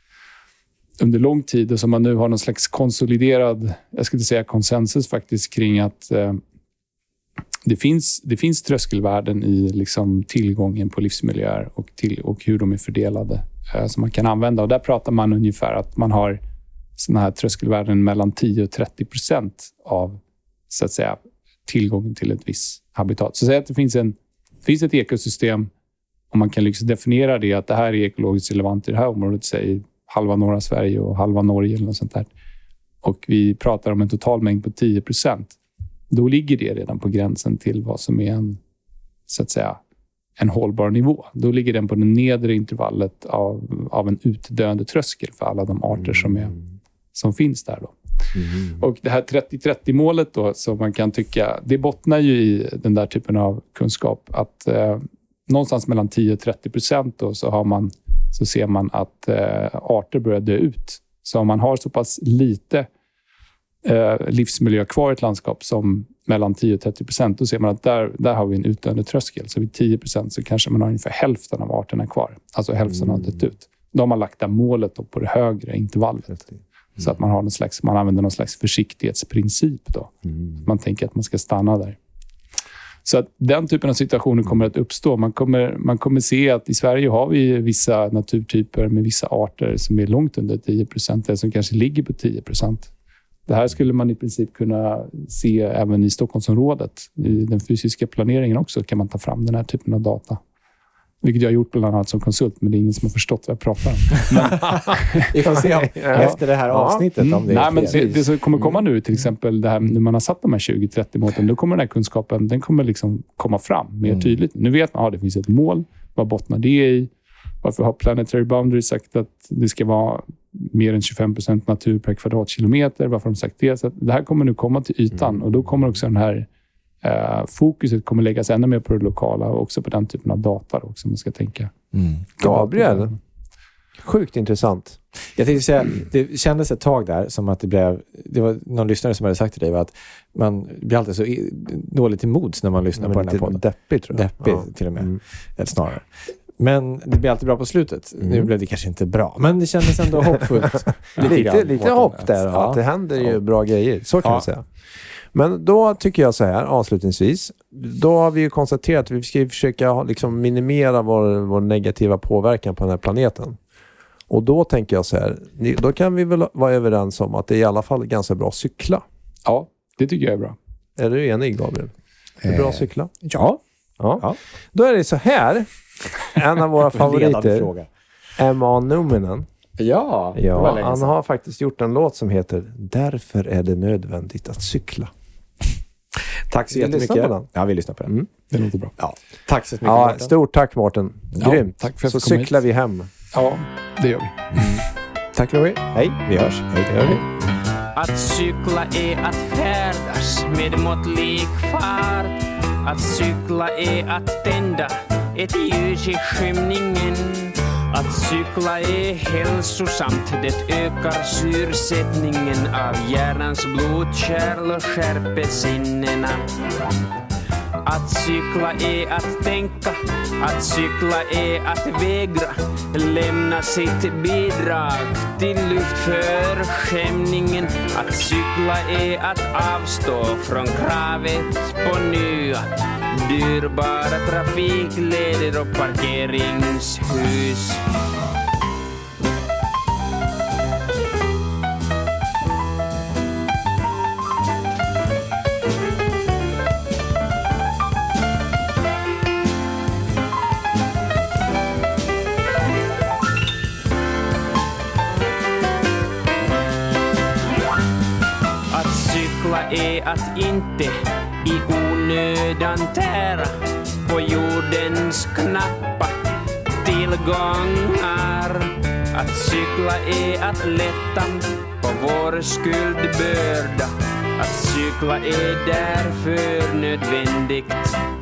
under lång tid och som man nu har någon slags konsoliderad, jag skulle säga konsensus faktiskt, kring att eh, det, finns, det finns tröskelvärden i liksom tillgången på livsmiljöer och, till, och hur de är fördelade eh, som man kan använda. Och där pratar man ungefär att man har såna här tröskelvärden mellan tio och trettio procent av, så att säga, tillgången till ett visst habitat. Så säg att det finns, en, det finns ett ekosystem och man kan liksom definiera det att det här är ekologiskt relevant i det här området, säg halva norra Sverige och halva Norge eller något sånt där. Och vi pratar om en total mängd på tio procent. Då ligger det redan på gränsen till vad som är en, så att säga, en hållbar nivå. Då ligger den på det nedre intervallet av, av en utdöende tröskel för alla de arter som, är, som finns där då. Mm. Och det här trettio trettio-målet då, som man kan tycka, det bottnar ju i den där typen av kunskap att eh, någonstans mellan tio och trettio procent då, så, har man, så ser man att eh, arter börjar dö ut. Så om man har så pass lite eh, livsmiljö kvar i ett landskap som mellan tio och trettio procent, då ser man att där, där har vi en utdöende tröskel. Så vid tio procent så kanske man har ungefär hälften av arterna kvar. Alltså hälften mm. har dött ut. Då har man lagt det målet då på det högre intervallet. Mm. Så att man, har någon slags, man använder någon slags försiktighetsprincip då. Mm. Man tänker att man ska stanna där. Så att den typen av situationer kommer att uppstå. Man kommer, man kommer se att i Sverige har vi vissa naturtyper med vissa arter som är långt under tio procent, eller som kanske ligger på tio procent. Det här skulle man i princip kunna se även i Stockholmsområdet. I den fysiska planeringen också kan man ta fram den här typen av data. Vilket jag har gjort bland annat som konsult, men det är ingen som har förstått vad jag pratar om. Men, vi får se efter det här avsnittet mm. om det Nej, är men det, det som kommer komma nu, till exempel det här, när man har satt de här tjugo trettio måten, då kommer den här kunskapen, den kommer liksom komma fram mer mm. tydligt. Nu vet man att ja, det finns ett mål. Vad bottnar det i? Varför har Planetary Boundary sagt att det ska vara mer än tjugofem procent natur per kvadratkilometer? Varför har de sagt det? Så det här kommer nu komma till ytan mm. och då kommer också den här Uh, fokuset kommer läggas ännu mer på det lokala och också på den typen av data då, också man ska tänka. Mm. Gabriel, sjukt intressant. Jag tänkte säga, det kändes ett tag där som att det blev, det var någon lyssnare som hade sagt till dig att man blir alltid så dåligt till mods när man lyssnar på den här podden. Deppig, tror jag. Deppig ja. till och med, mm. eller snarare. Men det blir alltid bra på slutet. Mm. Nu blev det kanske inte bra, men det kändes ändå hoppfullt. lite lite, lite hopp där, ja. Att det händer ju ja. bra grejer, så kan ja. man säga. Men då tycker jag så här, avslutningsvis, då har vi ju konstaterat att vi ska försöka liksom minimera vår, vår negativa påverkan på den här planeten. Och då tänker jag så här, då kan vi väl vara överens om att det är i alla fall ganska bra att cykla. Ja, det tycker jag är bra. Är du enig, Gabriel? Det är bra att cykla? Ja. ja. ja. Då är det så här, en av våra favoriter, Emma Numinen. Ja, ja han har faktiskt gjort en låt som heter Därför är det nödvändigt att cykla. Tack så jättemycket. Ja, vi lyssnar på den. Mm. Det låter bra. Ja. Tack så mycket, ja, Mårten. Stort tack, Mårten. Grymt. Ja, tack för att så cyklar hit. Vi hem. Ja, det gör vi. Mm. Tack, Louis. Hej, vi hörs. Hej, hej. hej. Att cykla är att färdas med måttlig fart. Att cykla är att tända ett ljus i skymningen. Att cykla är hälsosamt, det ökar syresättningen av hjärnans blodkärl och skärper sinnena. Att cykla är att tänka, att cykla är att vägra lämna sitt bidrag till luftförskämningen. Att cykla är att avstå från kravet på nya dyrbara trafikleder och parkeringshus. Är att inte i onödan tära på jordens knappa tillgångar. Att cykla är att lätta på vår skuldbörda. Att cykla är därför nödvändigt.